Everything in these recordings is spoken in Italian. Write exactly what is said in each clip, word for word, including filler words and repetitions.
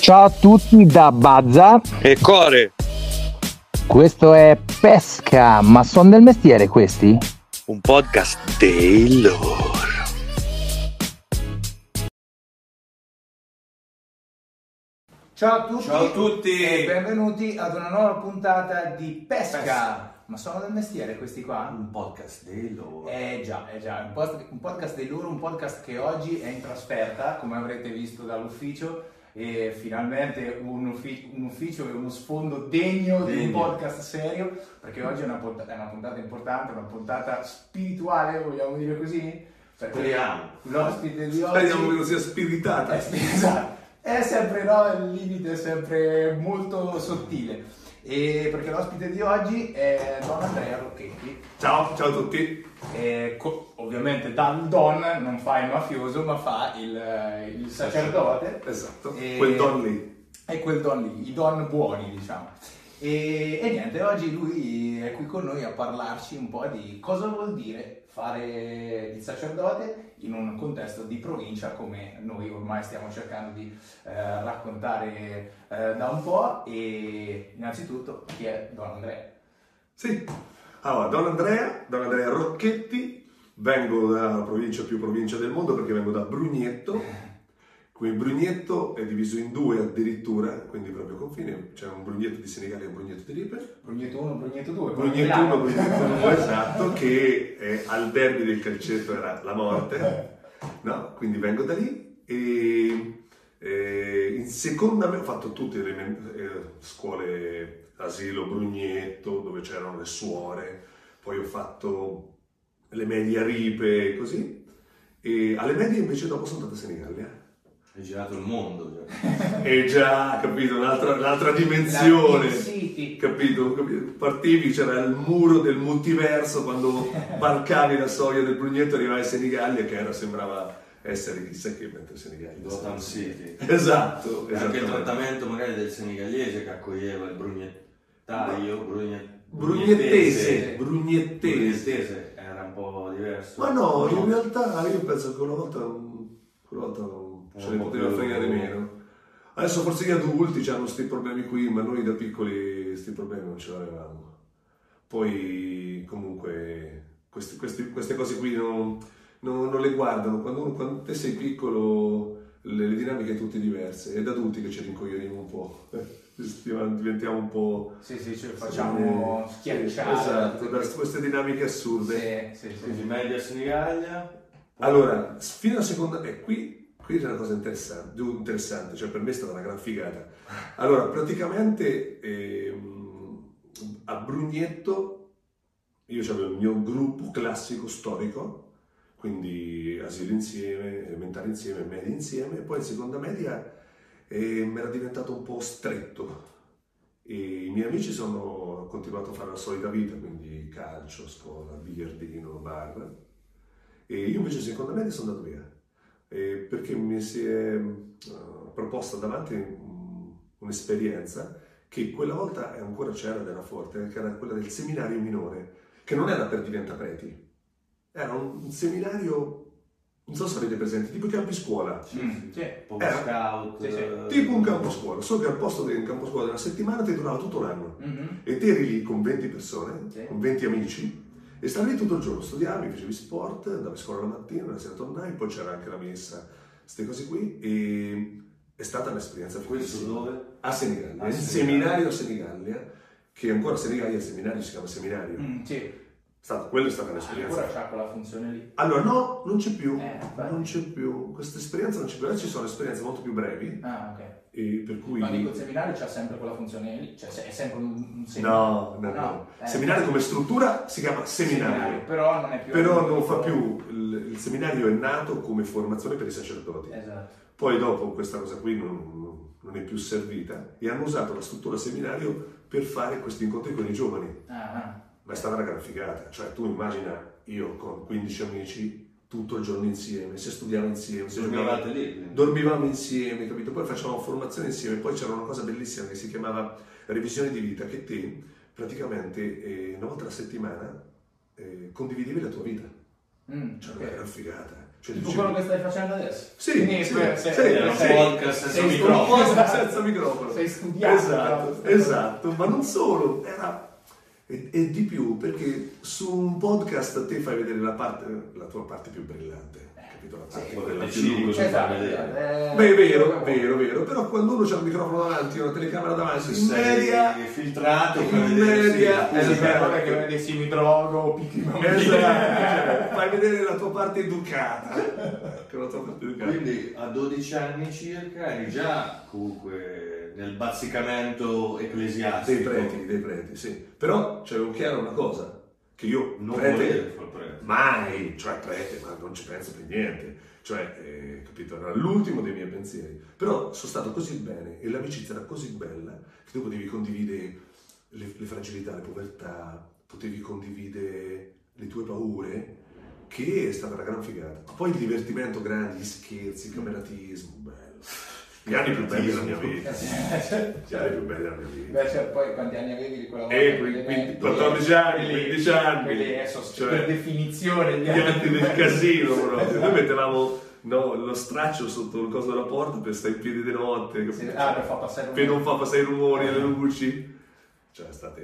Ciao a tutti da Bazza e Core. Questo è Pesca, ma sono del mestiere questi? Un podcast dei loro. Ciao a tutti, Ciao a tutti e benvenuti ad una nuova puntata di Pesca. Pesca. Ma sono del mestiere questi qua? Un podcast dei loro. Eh già, eh già, un, post- un podcast dei loro, un podcast che oggi è in trasferta, come avrete visto dall'ufficio, e finalmente un, uffi- un ufficio e uno sfondo degno, degno di un podcast serio, perché oggi è una, punt- è una puntata importante, una puntata spirituale, vogliamo dire così? Perché Speriamo. L'ospite di oggi... Speriamo che non sia spiritata. È, esatto. È sempre, no, il limite è sempre molto sottile. E perché l'ospite di oggi è Don Andrea Rocchetti. Ciao, ciao a tutti. E co- ovviamente dal Don non fa il mafioso, ma fa il, il sacerdote. Esatto, e, quel Don lì. È quel Don lì, i Don buoni, diciamo. E, e niente, oggi lui è qui con noi a parlarci un po' di cosa vuol dire fare il sacerdote in un contesto di provincia come noi ormai stiamo cercando di eh, raccontare eh, da un po'. E innanzitutto chi è Don Andrea? Sì, allora Don Andrea, Don Andrea Rocchetti, vengo dalla provincia più provincia del mondo perché vengo da Brugnetto. Qui Brugnetto è diviso in due addirittura, quindi proprio confine, c'è un Brugnetto di Senigallia e un Brugnetto di Ripe. Brugnetto uno, Brugnetto due. Brugnetto uno, Brugnetto due, esatto, che è, al derby del calcetto era la morte, no? Quindi vengo da lì e, e in seconda me ho fatto tutte le eh, scuole, asilo Brugnetto, dove c'erano le suore, poi ho fatto le medie a Ripe e così, e alle medie invece dopo sono andato a Senigallia. Hai girato il mondo. Cioè. E già, capito, un'altra, un'altra dimensione, City. capito, capito? Partivi, c'era il muro del multiverso, quando varcavi la soglia del Brugnetto arrivavi a Senigallia, che era, sembrava essere chissà che, mentre Senigallia. Gotham City. Esatto, E anche il esatto. trattamento magari del senegallese che accoglieva il brugnettaio, brugne... Brugnettese, brugnettese. brugnettese. Brugnettese era un po' diverso. Ma no, in realtà io penso che una volta, una volta ce ne poteva fregare meno. Adesso forse gli adulti hanno questi problemi qui, ma noi da piccoli questi problemi non ce l'avevamo. Poi comunque questi, questi, queste cose qui non, non, non le guardano. Quando, uno, quando te sei piccolo le, le dinamiche sono tutte diverse. È da adulti che ci rincoglioniamo un po'. Diventiamo un po'... Sì, sì, ce facciamo sì, schiacciare. Esatto, da queste dinamiche assurde. Sì, sì, sì. Quindi media a Senigallia. Allora, fino a seconda... E qui... Qui c'è una cosa interessante, interessante, cioè per me è stata una gran figata. Allora, praticamente ehm, a Brugnetto io avevo il mio gruppo classico storico, quindi asilo insieme, elementare insieme, media insieme, e poi in seconda media eh, mi era diventato un po' stretto. E i miei amici sono, hanno continuato a fare la solita vita, quindi calcio, scuola, biliardino, bar. E io invece in seconda media sono andato via. Eh, perché mi si è uh, proposta davanti um, un'esperienza che quella volta ancora c'era ed era forte, che era quella del seminario minore, che non era per diventare preti, era un, un seminario, non so se avete presente, tipo i campi scuola. Mm, sì. Un Era- scout. sì, sì. eh, Tipo un campo scuola, solo che al posto di un campo scuola di una settimana ti durava tutto l'anno. Mm-hmm. E te eri lì con venti persone, Sì. con venti amici, e stavi lì tutto il giorno, studiavi, facevi sport, andavi a scuola la mattina, la sera tornavi, poi c'era anche la messa, queste cose qui, e è stata un'esperienza Questo fighissima. dove? A Senigallia, A il Senigallia. seminario a Senigallia, che ancora a Senigallia il seminario si chiama seminario. Mm, sì. Stato, quella è stata un'esperienza. Ancora c'ha quella funzione lì. Allora, no, non c'è più, Eh, beh. non c'è più, questa esperienza non c'è più, adesso ci sono esperienze molto più brevi, Ah, ok. e per cui... Ma dico, il seminario c'ha sempre quella funzione lì, cioè è sempre un, un seminario. No, no, no. Eh. Seminario come struttura si chiama seminario. Però non è più... Però non fa più, il, il seminario è nato come formazione per i sacerdoti. Esatto. Poi dopo questa cosa qui non, non è più servita e hanno usato la struttura seminario per fare questi incontri con i giovani. Ah, ah. Ma è stata una gran figata, cioè tu immagina io con quindici amici tutto il giorno insieme, se studiamo insieme, se Dormivate giocavamo- lì? quindi? dormivamo insieme, capito? Poi facevamo formazione insieme, poi c'era una cosa bellissima che si chiamava revisione di vita, che te praticamente eh, una volta alla settimana eh, condividevi la tua vita. Mm, Cioè, ok. una gran figata. Cioè, Tipo dicevi- quello che stai facendo adesso. Sì, Quindi, sì, per- sì, sei- Era un sì. podcast senza sei microfono. studiato. senza microfono. Sei studiato. Esatto, però. esatto, ma non solo, era e, e di più, perché su un podcast te fai vedere la parte, la tua parte più brillante, capito? La parte Sì, quella più decidi cosa luce. Esatto. far vedere. eh, Beh, è vero, quello che vero, vuoi. vero, però quando uno c'ha un microfono davanti, una telecamera davanti, Se in sei media, filtrato in per vedere sì, media, la Eh, sì, musica. esatto. vabbè, che vedi sì, mi drogo, picchi i bambini. esatto, cioè, fai vedere la tua parte educata, che è la tua parte educata. Quindi a dodici anni circa eri già comunque nel bazzicamento Dei ecclesiastico. preti, dei preti, sì. Però c'avevo chiaro una cosa, che io Non prete, volevo far prete. mai, cioè prete, ma non ci penso per niente, cioè, eh, capito, era l'ultimo dei miei pensieri. Però sono stato così bene e l'amicizia era così bella che tu potevi condividere le, le fragilità, le povertà, potevi condividere le tue paure, che è stata una gran figata. Ma poi il divertimento grande, gli scherzi, il cameratismo, bello. Gli anni più belli della mia vita. Gli anni più belli della mia vita. Beh, cioè, poi quanti anni avevi di quella volta? Eh, Quelle quindi medie? quattordici anni, Quelli- quindici anni. Quelli adesso, Cioè, per definizione, Gli anni del casino proprio. Noi mettevamo no, lo straccio sotto il coso della porta per stare in piedi di notte, Sì, capito? ah, per far passare un per non far passare i rumori e le luci. Cioè,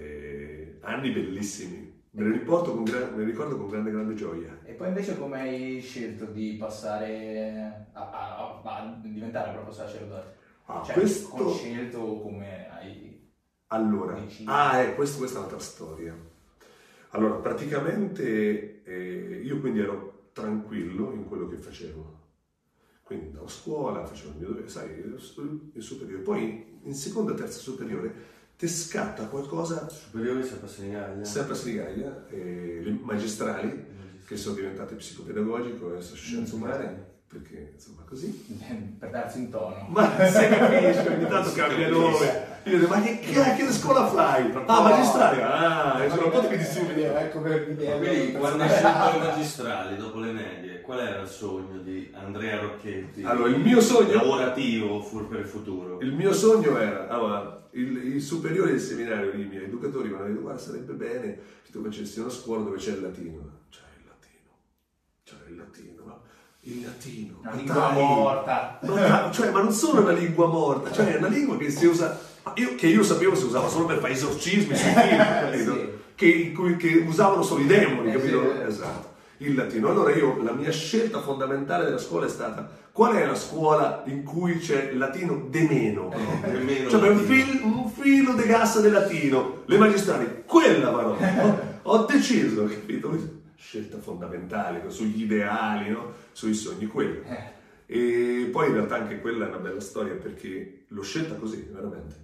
state anni bellissimi. Me ne riporto con gra- me ne ricordo con grande grande gioia. E poi invece come hai scelto di passare a, a- a- a diventare proprio sacerdote? Ah, Cioè, questo- come hai scelto o come hai... Allora, Deciso. ah, eh, questo- questa è un'altra storia. Allora, praticamente eh, io quindi ero tranquillo in quello che facevo. Quindi andavo a scuola, facevo il mio dovere, sai, il superiore. Poi in seconda e terza superiore ti scatta qualcosa, Superiore sempre a Senigallia. sempre a Senigallia, eh, le magistrali, che sono diventate psicopedagogico e scienze umane, perché insomma così. per darsi un tono. Ma se capisci, ogni tanto cambia nome. Io dico, ma che cacchio di scuola fai? Ah, magistrale! Ah, sono un po' di subito. Ecco per Ma quindi quando hai scelto le magistrali dopo le medie, qual era il sogno di Andrea Rocchetti? Allora, il mio sogno, lavorativo fur per il futuro. il mio sogno era, allora, il, il superiore del seminario, i miei educatori mi hanno detto, guarda, sarebbe bene che tu facessi una scuola dove c'è il latino. C'è il latino, c'è il latino, no? Il latino. Una ma lingua dai! morta. No, ma- cioè, ma non solo una lingua morta, cioè è una lingua che si usa, ma io, che io sapevo si usava solo per fare esorcismi sui film, capito? Sì. Che, in cui- che usavano solo i demoni, Eh, capito? sì. Esatto, il latino. Allora io, la mia scelta fondamentale della scuola è stata, qual è la scuola in cui c'è il latino de meno? Nemmeno Cioè, per un, latino. fil- un filo di gas del latino, le magistrali, quella però, ho, ho deciso, capito? Scelta fondamentale, sugli ideali, no? Sui sogni, quella. E poi in realtà anche quella è una bella storia perché l'ho scelta così, veramente.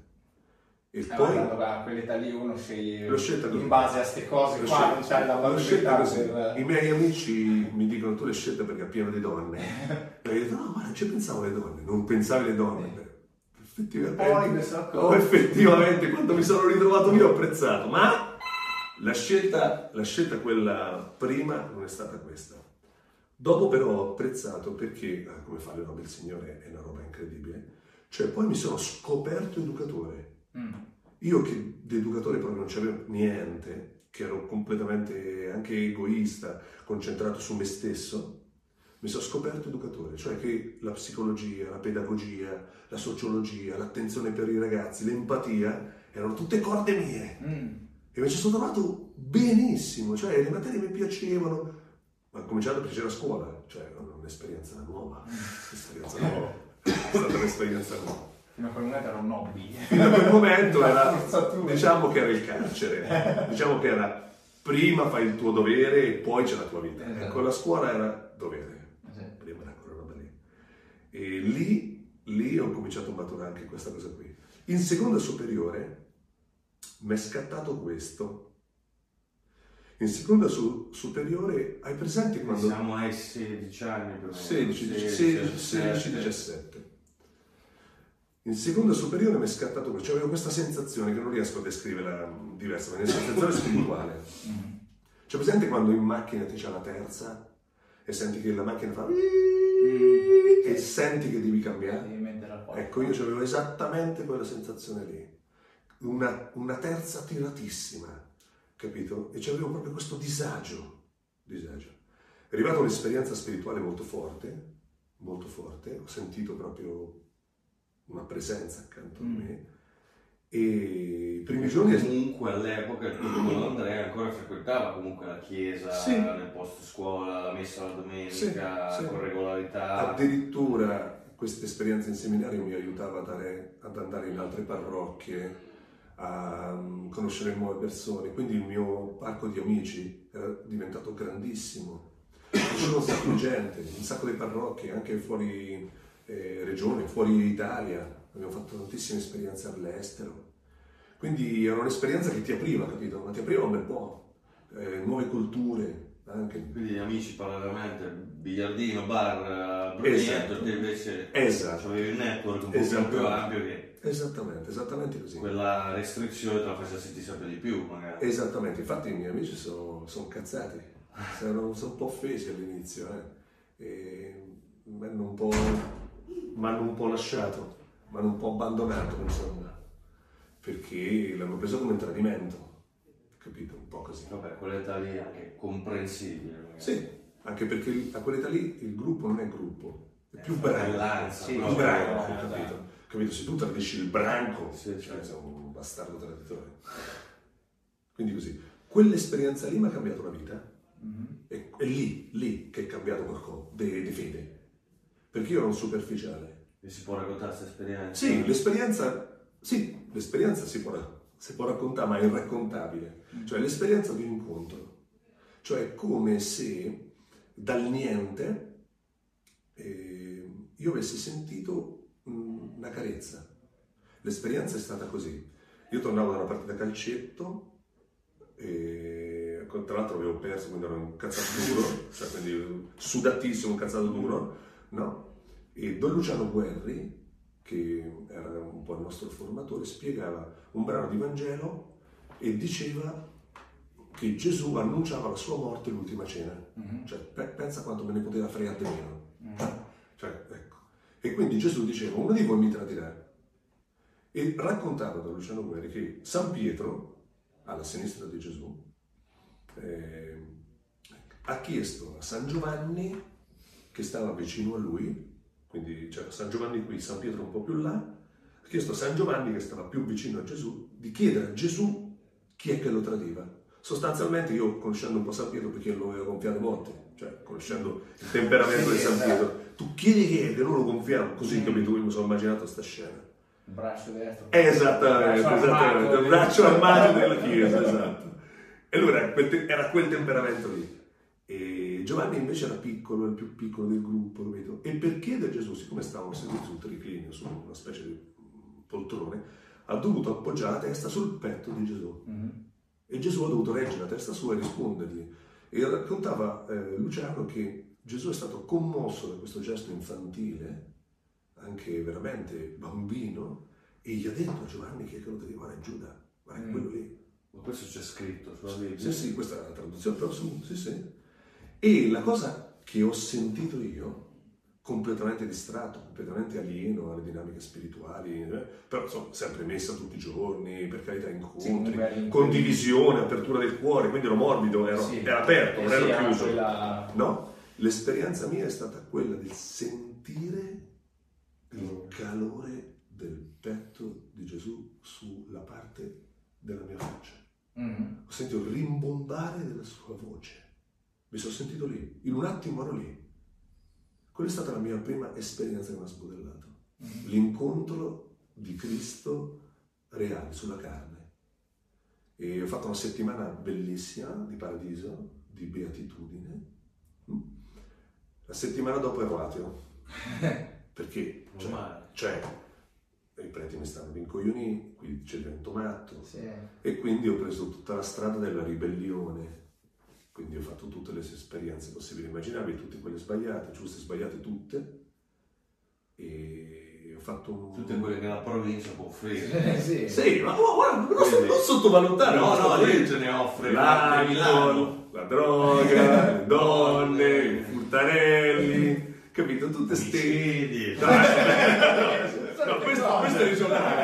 E Eh, poi guarda, a quell'età lì uno sceglie l'ho scelta così. in base a queste cose L'ho qua, scelta- non c'hai la l'ho scelta maturità così. per... I miei amici mi dicono tu l'hai scelta perché è pieno di donne. E io dico no, guarda, ci pensavo alle donne, non pensavi alle donne. Beh, effettivamente, Poi mi sono accorto. oh, effettivamente quando mi sono ritrovato lì ho apprezzato, ma la scelta, la scelta quella prima non è stata questa. Dopo però ho apprezzato perché, eh, come fa le robe del Signore, è una roba incredibile, cioè poi mi sono scoperto educatore. Mm. Io che di educatore proprio non c'avevo niente, che ero completamente anche egoista, concentrato su me stesso, mi sono scoperto educatore, cioè che la psicologia, la pedagogia, la sociologia, l'attenzione per i ragazzi, l'empatia, erano tutte corde mie. Mm. E mi ci sono trovato benissimo, cioè le materie mi piacevano, ma ho cominciato a piacere a scuola, cioè è un'esperienza nuova, un'esperienza nuova, è stata un'esperienza nuova. Fino a quel momento era un hobby. Fino a quel momento era, Forzatura. diciamo che era il carcere, diciamo che era prima fai il tuo dovere e poi c'è la tua vita. Esatto. Ecco, la scuola era dovere, Sì. prima era quella roba lì. E lì, lì ho cominciato a maturare anche questa cosa qui. In seconda superiore mi è scattato questo. In seconda su- superiore, hai presente quando... Siamo ai sedici anni più o meno. sedici, sedici, sedici, diciassette. In seconda superiore mi è scattato questo, cioè avevo questa sensazione che non riesco a descriverla diversa, ma è una sensazione spirituale. Mm. Cioè presente quando in macchina ti c'è la terza e senti che la macchina fa e senti che devi cambiare? Devi mettere al posto. Ecco, io avevo esattamente quella sensazione lì, una, una terza tiratissima, capito? E c'avevo proprio questo disagio, disagio. È arrivata un'esperienza spirituale molto forte, molto forte, ho sentito proprio una presenza accanto a me e i primi giorni... Comunque all'epoca il piccolo Andrea ancora frequentava comunque la chiesa, sì. nel posto scuola, la messa la domenica, sì, sì. con regolarità. Addirittura questa esperienza in seminario mi aiutava ad andare, ad andare in altre parrocchie, a conoscere nuove persone, quindi il mio parco di amici era diventato grandissimo. C'era un sacco di gente, un sacco di parrocchie, anche fuori eh, regione, fuori Italia. Abbiamo fatto tantissime esperienze all'estero. Quindi era un'esperienza che ti apriva, capito? Ma ti apriva un bel po'. Eh, nuove culture anche. Quindi amici parallelamente, biliardino, bar, brugnetto, esatto. te invece esatto. avevi il network un po' esatto. più ampio che... Esattamente, esattamente così. Quella restrizione te la faceva sentire sempre di più, magari. Esattamente, infatti i miei amici sono, sono cazzati, sono, sono un po' offesi all'inizio, eh. E mi hanno un po', m'hanno un po' lasciato, mi hanno un po' abbandonato, insomma, perché l'hanno preso come un tradimento, capito? Un po' così. Vabbè, quell'età lì è anche comprensibile. Magari. Sì, anche perché a quell'età lì il gruppo non è gruppo, è più branco, sì, più no, branco, no, capito? Capito? Se tu tradisci il branco, sì, cioè sì. sei un bastardo traditore. Quindi così, quell'esperienza lì mi ha cambiato la vita. Mm-hmm. E è lì, lì che è cambiato qualcosa di fede. Perché io ero un superficiale. E si può raccontare questa esperienza? Sì, l'esperienza, sì, l'esperienza si può, si può raccontare, ma è irraccontabile. Mm-hmm. Cioè l'esperienza di un incontro. Cioè come se dal niente eh, io avessi sentito una carezza. L'esperienza è stata così. Io tornavo da una partita a calcetto e tra l'altro avevo perso, quindi ero incazzato duro, cioè quindi sudatissimo, incazzato duro, no? E Don Luciano Guerri, che era un po' il nostro formatore, spiegava un brano di Vangelo e diceva che Gesù annunciava la sua morte l'ultima cena. Mm-hmm. Cioè pe- pensa quanto me ne poteva fregare di meno. Mm-hmm. Cioè, ecco. E quindi Gesù diceva, uno di voi mi tradirà. E raccontava da Luciano Guerri che San Pietro, alla sinistra di Gesù, eh, ha chiesto a San Giovanni, che stava vicino a lui, quindi c'era San Giovanni qui, San Pietro un po' più là, ha chiesto a San Giovanni, che stava più vicino a Gesù, di chiedere a Gesù chi è che lo tradiva. Sostanzialmente io, conoscendo un po' San Pietro, perché lo avevo gonfiato molte, cioè conoscendo il temperamento di San Pietro, tu chiedi chi è che non lo gonfiamo, così capito, io mi sono immaginato sta scena. Il braccio destro. Esattamente, braccio esattamente, il braccio armato della chiesa, esatto. E allora era quel, era quel temperamento lì. E Giovanni invece era piccolo, il più piccolo del gruppo, capito? E per chiedere a Gesù, siccome stavano seduti sul triclinio, su una specie di poltrone, ha dovuto appoggiare la testa sul petto di Gesù. Mm-hmm. E Gesù ha dovuto reggere la testa sua e rispondergli. E raccontava eh, Luciano che Gesù è stato commosso da questo gesto infantile, anche veramente bambino, e gli ha detto a Giovanni che è quello di guarda Giuda, guarda mm. quello lì. Ma questo c'è scritto sulla Bibbia? Sì, sì, questa è la traduzione, però su, sì, sì. E la cosa che ho sentito io, completamente distratto, completamente alieno alle dinamiche spirituali, eh, però insomma, sempre messa tutti i giorni, per carità, incontri, sì, condivisione, apertura del cuore, quindi ero morbido, ero, sì. era aperto, non eh, ero sì, chiuso. Quella... No, l'esperienza mia è stata quella del sentire il calore del petto di Gesù sulla parte della mia faccia. Mm-hmm. Ho sentito il rimbombare della sua voce. Mi sono sentito lì, in un attimo ero lì. Quella è stata la mia prima esperienza che mi ha sbudellato. Mm-hmm. L'incontro di Cristo reale, sulla carne. E ho fatto una settimana bellissima di paradiso, di beatitudine. La settimana dopo ero ateo. Perché? Cioè, cioè, i preti mi stanno rincoglioniti, qui c'è divento matto. Sì. E quindi ho preso tutta la strada della ribellione. Quindi ho fatto tutte le esperienze possibili e immaginabili, tutte quelle sbagliate, giuste e sbagliate tutte. E ho fatto un... Tutte quelle che la provincia può offrire. sì, sì, ma oh, guarda, non, Quindi... non sottovalutare. No, no, la legge ne offre. L'alcol, la droga, le donne, i furtarelli, capito? Tutte ste... No, questo, questo è regionale,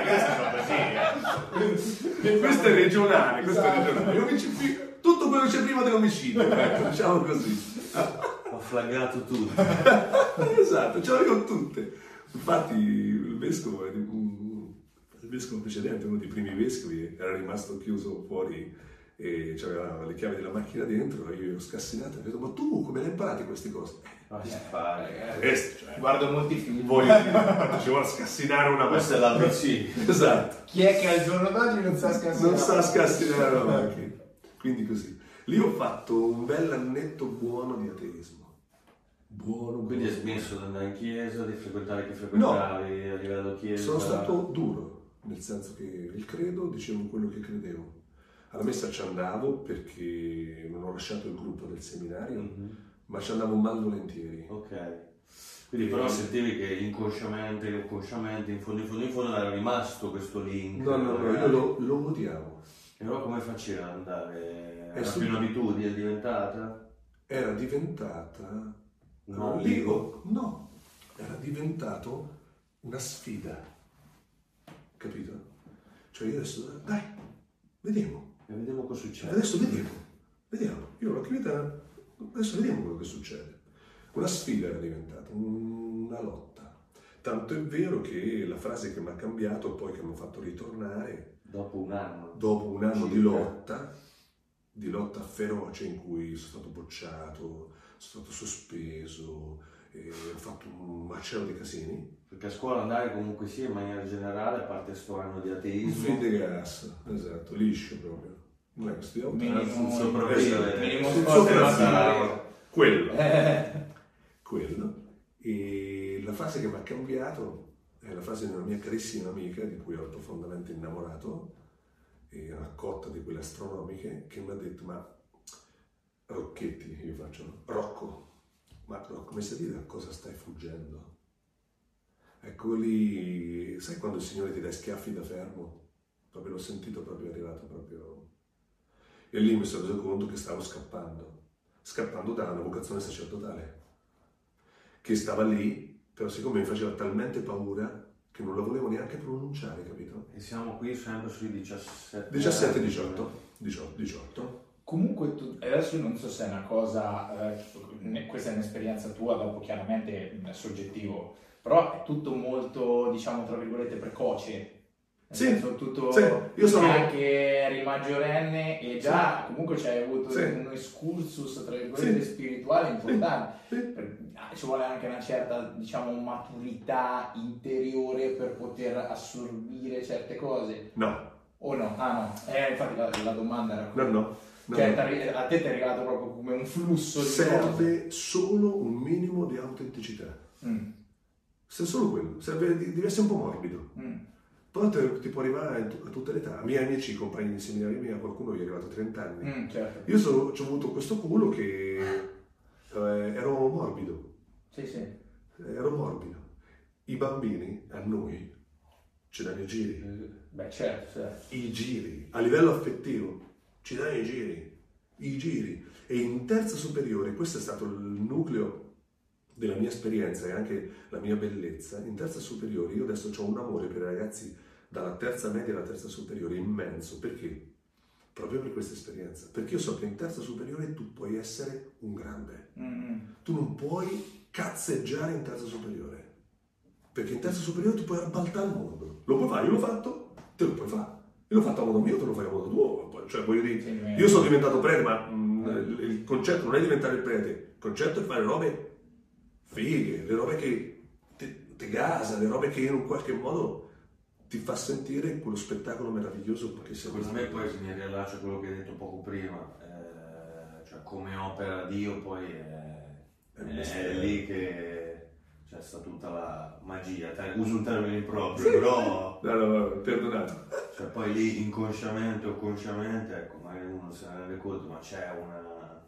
questo è questo è regionale, questo è regionale. Tutto quello che c'è prima dell'omicidio, ecco, diciamo così. Ho flaggato tutto. Esatto, ce l'avevo tutte. Infatti il vescovo, è di- un- il vescovo precedente, uno dei primi vescovi, era rimasto chiuso fuori e c'aveva le chiavi della macchina dentro, e io ero scassinato e ho detto, ma tu come le hai imparate queste cose? Lascia fare. Eh, Questo, cioè, Guardo molti film. voglio dire, quando ci vuole scassinare una Questo è macchina. l'A B C. Esatto. Chi è che al giorno d'oggi non sa scassinare? Non sa scassinare la macchina. Quindi così. Lì ho fatto un bel annetto buono di ateismo. Buono, Quindi hai buono. smesso di andare in chiesa, di frequentare chi frequentavi a livello chiesa? Sono stato duro, nel senso che il credo dicevo quello che credevo. Alla messa ci andavo perché non ho lasciato il gruppo del seminario, Mhm. ma ci andavo malvolentieri. Ok. Quindi però sentivi che inconsciamente o consciamente, in fondo in fondo in fondo era rimasto questo link. No, no, no, io magari. lo, lo odiavo. E allora come facevi ad andare? È Era su- più un'abitudine diventata? Era diventata Un lì obbligo? ho- no, era diventato una sfida, capito? Cioè io adesso, dai, vediamo, E vediamo cosa succede. adesso vediamo, vediamo, io l'ho capita, adesso vediamo quello che succede. Una sfida era diventata, una lotta. Tanto è vero che la frase che mi ha cambiato, poi che mi ha fatto ritornare, Dopo un anno. dopo un anno di Circa. lotta, di lotta feroce in cui sono stato bocciato, sono stato sospeso, e ho fatto un macello di casini. Perché a scuola andare comunque sia in maniera generale, a parte sto anno di Un ateismo, fin di gas, esatto, liscio proprio. Non è che studiavo Minimo- tanto, sopravvivere. minimo Sul sport sopravvivere. massimo. Quello, Eh, quello. E la frase che mi ha cambiato è la frase di una mia carissima amica, di cui ero profondamente innamorato, e una cotta di quelle astronomiche, che mi ha detto, ma Rocchetti, io faccio, no? Rocco, ma Rocco, mi sai dire da cosa stai fuggendo? Ecco lì, sai quando il Signore ti dà schiaffi da fermo? Proprio l'ho sentito proprio arrivato proprio... E lì mi sono reso conto che stavo scappando, scappando da una vocazione sacerdotale, che stava lì, però siccome mi faceva talmente paura che non la volevo neanche pronunciare, capito? e siamo qui sempre sui diciassette. diciassette diciotto, diciotto, diciotto. Comunque, tu, adesso non so se è una cosa, eh, ne- questa è un'esperienza tua, dopo chiaramente è soggettivo, però è tutto molto, diciamo, tra virgolette, precoce. Nel Sì, senso, tutto, sì, io sono- anche eri maggiorenne e già comunque c'hai avuto Sì. un excursus, tra virgolette, Sì. spirituale importante. Sì. Per- ah, ci vuole anche una certa, diciamo, maturità interiore per poter assorbire certe cose. No, O no? Ah no, eh, infatti la, la domanda era no, quella. no. no, Cioè, no. t'arri- a te ti è regalato proprio come un flusso di cose. Serve solo un minimo di autenticità. Mm, Serve solo quello, serve di- deve essere un po' morbido. mm, Poi te- ti può arrivare a tu- a tutte le età. I miei amici, i compagni di seminario miei, a qualcuno gli è arrivato a trenta anni. mm, certo. Io sono, ho avuto questo culo che eh, ero morbido, Sì, sì. ero morbido. I bambini a noi ci danno i giri, Beh, certo, certo. i giri, a livello affettivo, ci danno i giri, i giri. E in terza superiore, questo è stato il nucleo della mia esperienza e anche la mia bellezza. In terza superiore io adesso ho un amore per i ragazzi dalla terza media alla terza superiore immenso. Perché? Proprio per questa esperienza. Perché io so che in terza superiore tu puoi essere un grande. Mm, Tu non puoi cazzeggiare in terza superiore. Perché in terza superiore tu puoi abbaltare il mondo. Lo puoi fare, io l'ho fatto, te lo puoi fare. Io l'ho fatto a modo mio, te lo fai a modo tuo. Cioè, voglio dire, sì, eh. io sono diventato prete, ma mm, il il concetto non è diventare il prete, il concetto è fare robe fighe, le robe che ti, ti gasa, le robe che in un qualche modo ti fa sentire quello spettacolo meraviglioso che sei. Secondo me poi si mi riallaccia a quello che hai detto poco prima, eh, cioè come opera Dio poi è, È un è mistero. lì che c'è sta tutta la magia, Te- uso un termine improprio, però No, no, no, perdonato. cioè, poi lì inconsciamente o consciamente, ecco, magari uno se ne rende conto, ma c'è una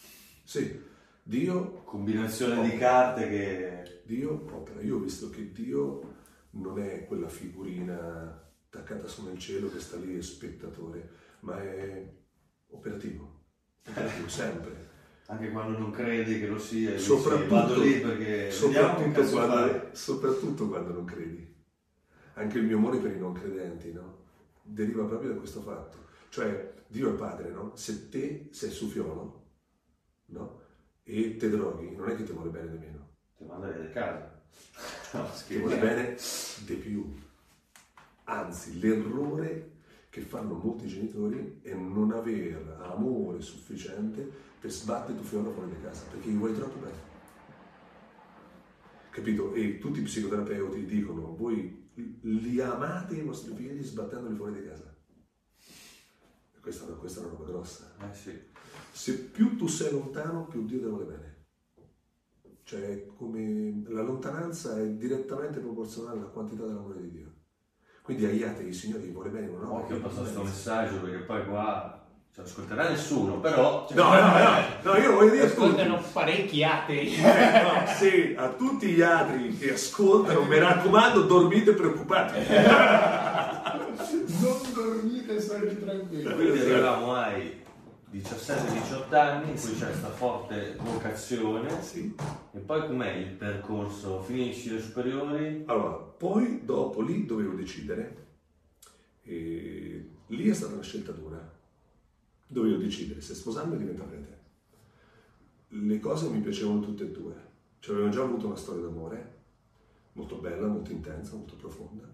Sì, Dio, combinazione di carte che... Dio opera. Io ho visto che Dio non è quella figurina attaccata su nel cielo che sta lì e spettatore, ma è operativo, operativo sempre. Anche quando non credi che lo sia, dici, Soprattutto- vado lì perché vediamo che Soprattutto cazzo fare. quando, soprattutto quando non credi. Anche il mio amore per i non credenti, no? Deriva proprio da questo fatto. Cioè, Dio è padre, no? Se te sei sufiolo, no? e te droghi, non è che ti vuole bene di meno. Ti manda via di casa. No, Ti vuole bene di più. Anzi, l'errore che fanno molti genitori è non aver amore sufficiente per sbattere tuo figlio fuori di casa, perché gli vuoi troppo bene. Capito? E tutti i psicoterapeuti dicono, voi li amate i vostri figli sbattendoli fuori di casa. E questa, questa è una roba grossa. Eh sì. Se più tu sei lontano, più Dio ti vuole bene. Cioè, come la lontananza è direttamente proporzionale alla quantità dell'amore di Dio. Quindi agli atei il Signore gli vuole bene, no? Occhio a passare questo messaggio, perché poi qua non ascolterà nessuno, però... No, no, no, no, io voglio dire a tutti. Ascoltano parecchi atei. Eh, no, sì, a tutti gli altri che ascoltano, mi raccomando, dormite preoccupati. Non dormite, state tranquilli. Quindi arriviamo ai diciassette diciotto anni, in cui c'è questa forte vocazione. Sì. E poi com'è il percorso? Finisci le superiori? Allora, poi dopo lì dovevo decidere, e lì è stata una scelta dura. Dovevo decidere se sposarmi o diventare prete. Le cose mi piacevano tutte e due. Cioè, avevo già avuto una storia d'amore, molto bella, molto intensa, molto profonda,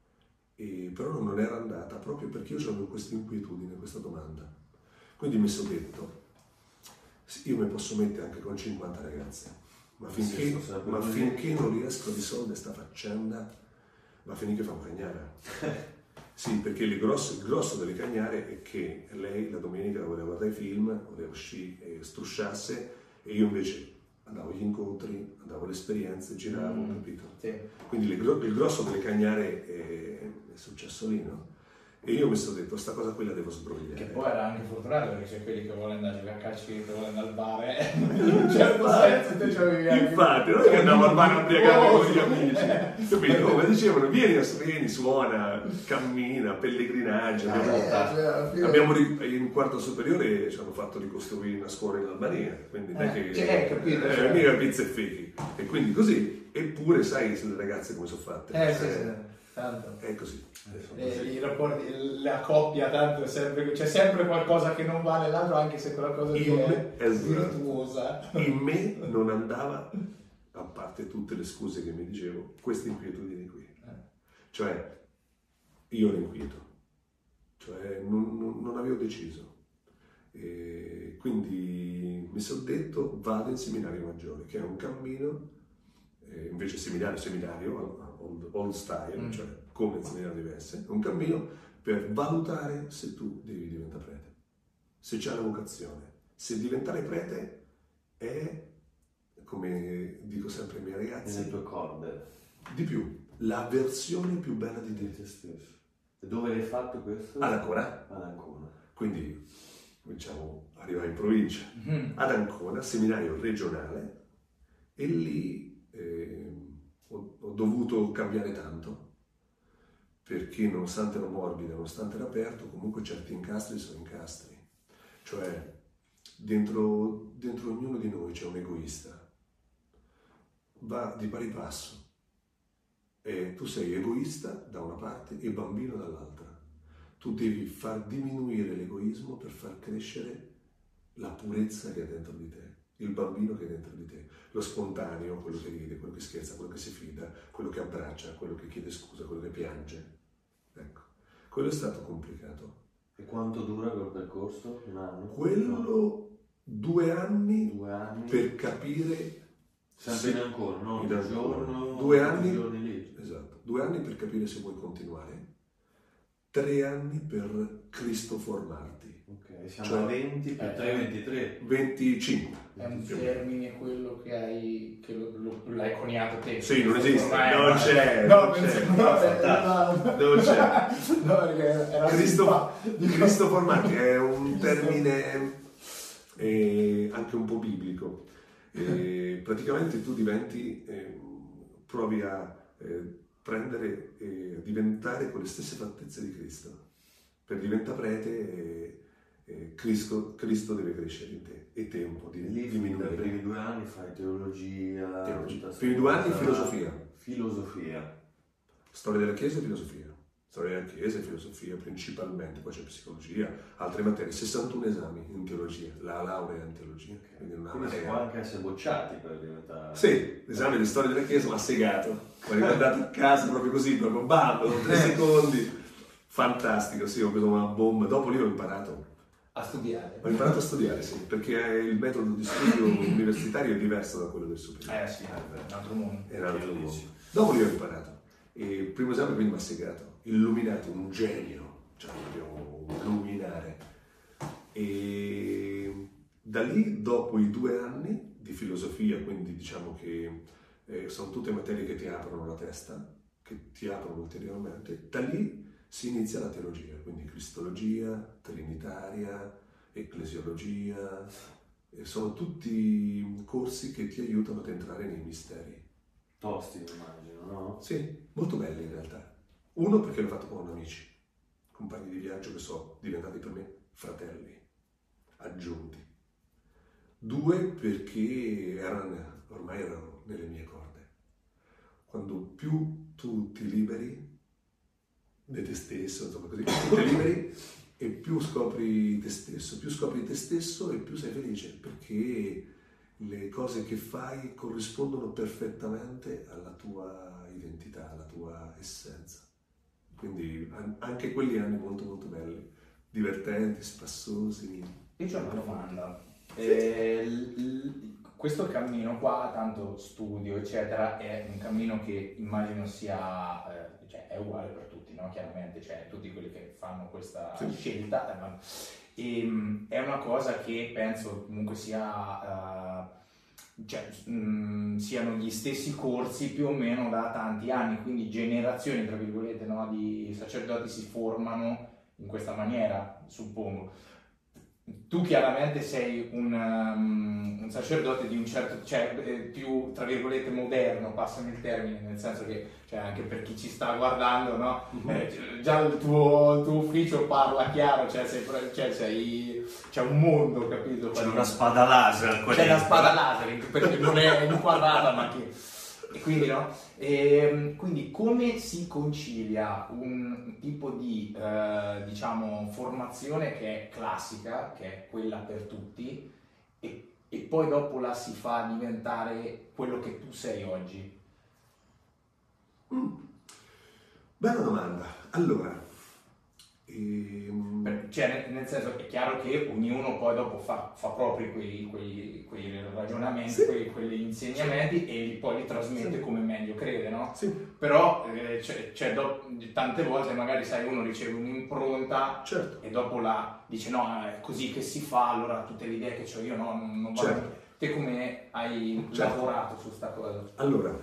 e però non era andata proprio perché io avevo questa inquietudine, questa domanda. Quindi mi sono detto, io mi posso mettere anche con cinquanta ragazze, ma finché, ma finché non riesco a risolvere questa faccenda, va a finire che fa un cagnara. Sì, perché il grosso, il grosso delle cagnare è che lei la domenica voleva guardare i film, voleva uscire e strusciasse, e io invece andavo agli incontri, andavo alle esperienze, giravo, Mm, capito? sì. Quindi il, il grosso delle cagnare è, è successo lì, no? E io mi sono detto, sta cosa qui la devo sbrogliare. Che poi era anche fortunato perché c'è quelli che vogliono andare a giocare a calcio, che vogliono andare al bar, eh. In un certo senso te c'avevi anche... Infatti, non è che andavo al bar a ubriacarmi con gli amici, capito? Come dicevano, vieni, a- vieni, suona, cammina, pellegrinaggio. Ah, abbiamo, eh, cioè, alla fine- abbiamo ri- in quarto superiore ci hanno fatto ricostruire una scuola in Albania, quindi non è Eh, che cioè, capito, eh, cioè. mica pizza e fichi. E quindi così, eppure sai le ragazze come sono fatte. Eh, sì, sì, tanto. È così. Eh, I rapporti, la coppia, tanto è sempre, c'è sempre qualcosa che non va nell'altro, anche se quella cosa lì In è me- esatto. virtuosa. In me non andava, a parte tutte le scuse che mi dicevo, queste inquietudini qui. Cioè, io ero inquieto, cioè non, non- non avevo deciso. E quindi mi sono detto vado in seminario maggiore, che è un cammino, eh, invece seminario, seminario, old, old style, Mm. cioè come il seminario deve essere, è un cammino per valutare se tu devi diventare prete, se c'è la vocazione. Se diventare prete è, come dico sempre ai miei ragazzi, Nelle tue corde. di più, la versione più bella di Di te. te stesso. E dove l'hai fatto questo? Ad Ancona. Ad Ancona. Quindi cominciamo ad arrivare in provincia. Mm. Ad Ancona, seminario regionale, e lì eh, ho, ho dovuto cambiare tanto, perché nonostante ero morbido, nonostante era aperto, comunque certi incastri sono incastri. Cioè, dentro, dentro ognuno di noi c'è un egoista. Va di pari passo. E tu sei egoista da una parte e bambino dall'altra. Tu devi far diminuire l'egoismo per far crescere la purezza che è dentro di te, il bambino che è dentro di te, lo spontaneo, quello che ride, quello che scherza, quello che si fida, quello che abbraccia, quello che chiede scusa, quello che piange. Ecco, quello è stato complicato. E quanto dura quel percorso? Un anno? Quello due anni Due anni? per capire. Sempre se- in Ancona, no? in Un Ancona. giorno, Due tutti anni. i giorni lì. Esatto, due anni per capire se vuoi continuare, tre anni per Cristo formarti. Ok, siamo Cioè- a venti più Eh, tre, ventitré. venticinque. È un termine quello che hai, che lo, lo- l'hai coniato te. Sì, non esiste, Ormai- non c'è, No, non c'è. penso- no, era- Non c'è. No, perché era Cristo, simpa- Cristo formarti è un Cristo. termine eh, anche un po' biblico. Eh, praticamente tu diventi, eh, provi a eh, prendere e a diventare con le stesse fattezze di Cristo. Per diventare prete eh, eh, Cristo, Cristo deve crescere in te e te un po' di Lì, diminuire. nei primi due anni fai teologia. Teologia. tutta sta Primi due anni cosa. filosofia. Filosofia. Storia della Chiesa e filosofia. storia della Chiesa e filosofia principalmente, poi c'è psicologia, altre materie, sessantuno esami in teologia, la laurea in teologia. Quindi, una Quindi si può anche essere bocciati per diventare... Sì, l'esame di storia della Chiesa mi ha segato, mi ha ricordato a casa proprio così, proprio bam, tre secondi, fantastico, sì, ho preso una bomba, dopo lì ho imparato. A studiare. Ho imparato a studiare, sì, perché il metodo di studio universitario è diverso da quello del superiore. Eh sì, è un altro mondo. È un altro mondo. Dopo lì ho imparato. E il primo esame quindi mi ha segato, illuminato, un genio, cioè proprio un illuminare. E da lì, dopo i due anni di filosofia, quindi diciamo che eh, sono tutte materie che ti aprono la testa, che ti aprono ulteriormente, da lì si inizia la teologia, quindi cristologia, trinitaria, ecclesiologia, e sono tutti corsi che ti aiutano ad entrare nei misteri. Tosti, immagino, no? Sì, molto belli in realtà. Uno perché l'ho fatto con amici, compagni di viaggio che sono diventati per me fratelli, aggiunti. Due perché erano, ormai erano nelle mie corde. Quando più tu ti liberi di te stesso, insomma così, più ti liberi e più scopri te stesso, più scopri te stesso e più sei felice, perché le cose che fai corrispondono perfettamente alla tua identità, alla tua essenza. Quindi anche quelli anni molto molto belli, divertenti, spassosi. Io c'ho una domanda. Eh, l- l- questo cammino qua, tanto studio, eccetera, è un cammino che immagino sia, eh, cioè è uguale per tutti, no? Chiaramente, cioè tutti quelli che fanno questa Sì. scelta. Eh, ma- e, è una cosa che penso comunque sia, uh, cioè, mh, siano gli stessi corsi più o meno da tanti anni, quindi generazioni, tra virgolette, no, di sacerdoti si formano in questa maniera, suppongo. Tu chiaramente sei un, um, un sacerdote di un certo, cioè eh, più, tra virgolette, moderno, passami il termine, nel senso che, cioè, anche per chi ci sta guardando, no? Mm-hmm. Eh, già il tuo, il tuo ufficio parla chiaro, cioè, sei, cioè sei, c'è un mondo, capito? C'è una spada laser. C'è una spada laser, perché non è inquadrata, ma che... E quindi, no? E, quindi come si concilia un tipo di, eh, diciamo, formazione che è classica, che è quella per tutti, e, e poi dopo la si fa diventare quello che tu sei oggi? Mm. Bella domanda. Allora, ehm... Per- cioè, nel, nel senso, è chiaro che ognuno poi dopo fa, fa proprio quei, quei, quei ragionamenti, Sì. quei, quegli insegnamenti e li- poi li trasmette Sì. come meglio crede, no? Sì, Però eh, c'è, c'è do- tante volte magari sai uno riceve un'impronta certo. e dopo la dice no è così che si fa, allora tutte le idee che ho io no, non, non vanno. Certo. Te come hai Certo. lavorato su sta cosa? Allora,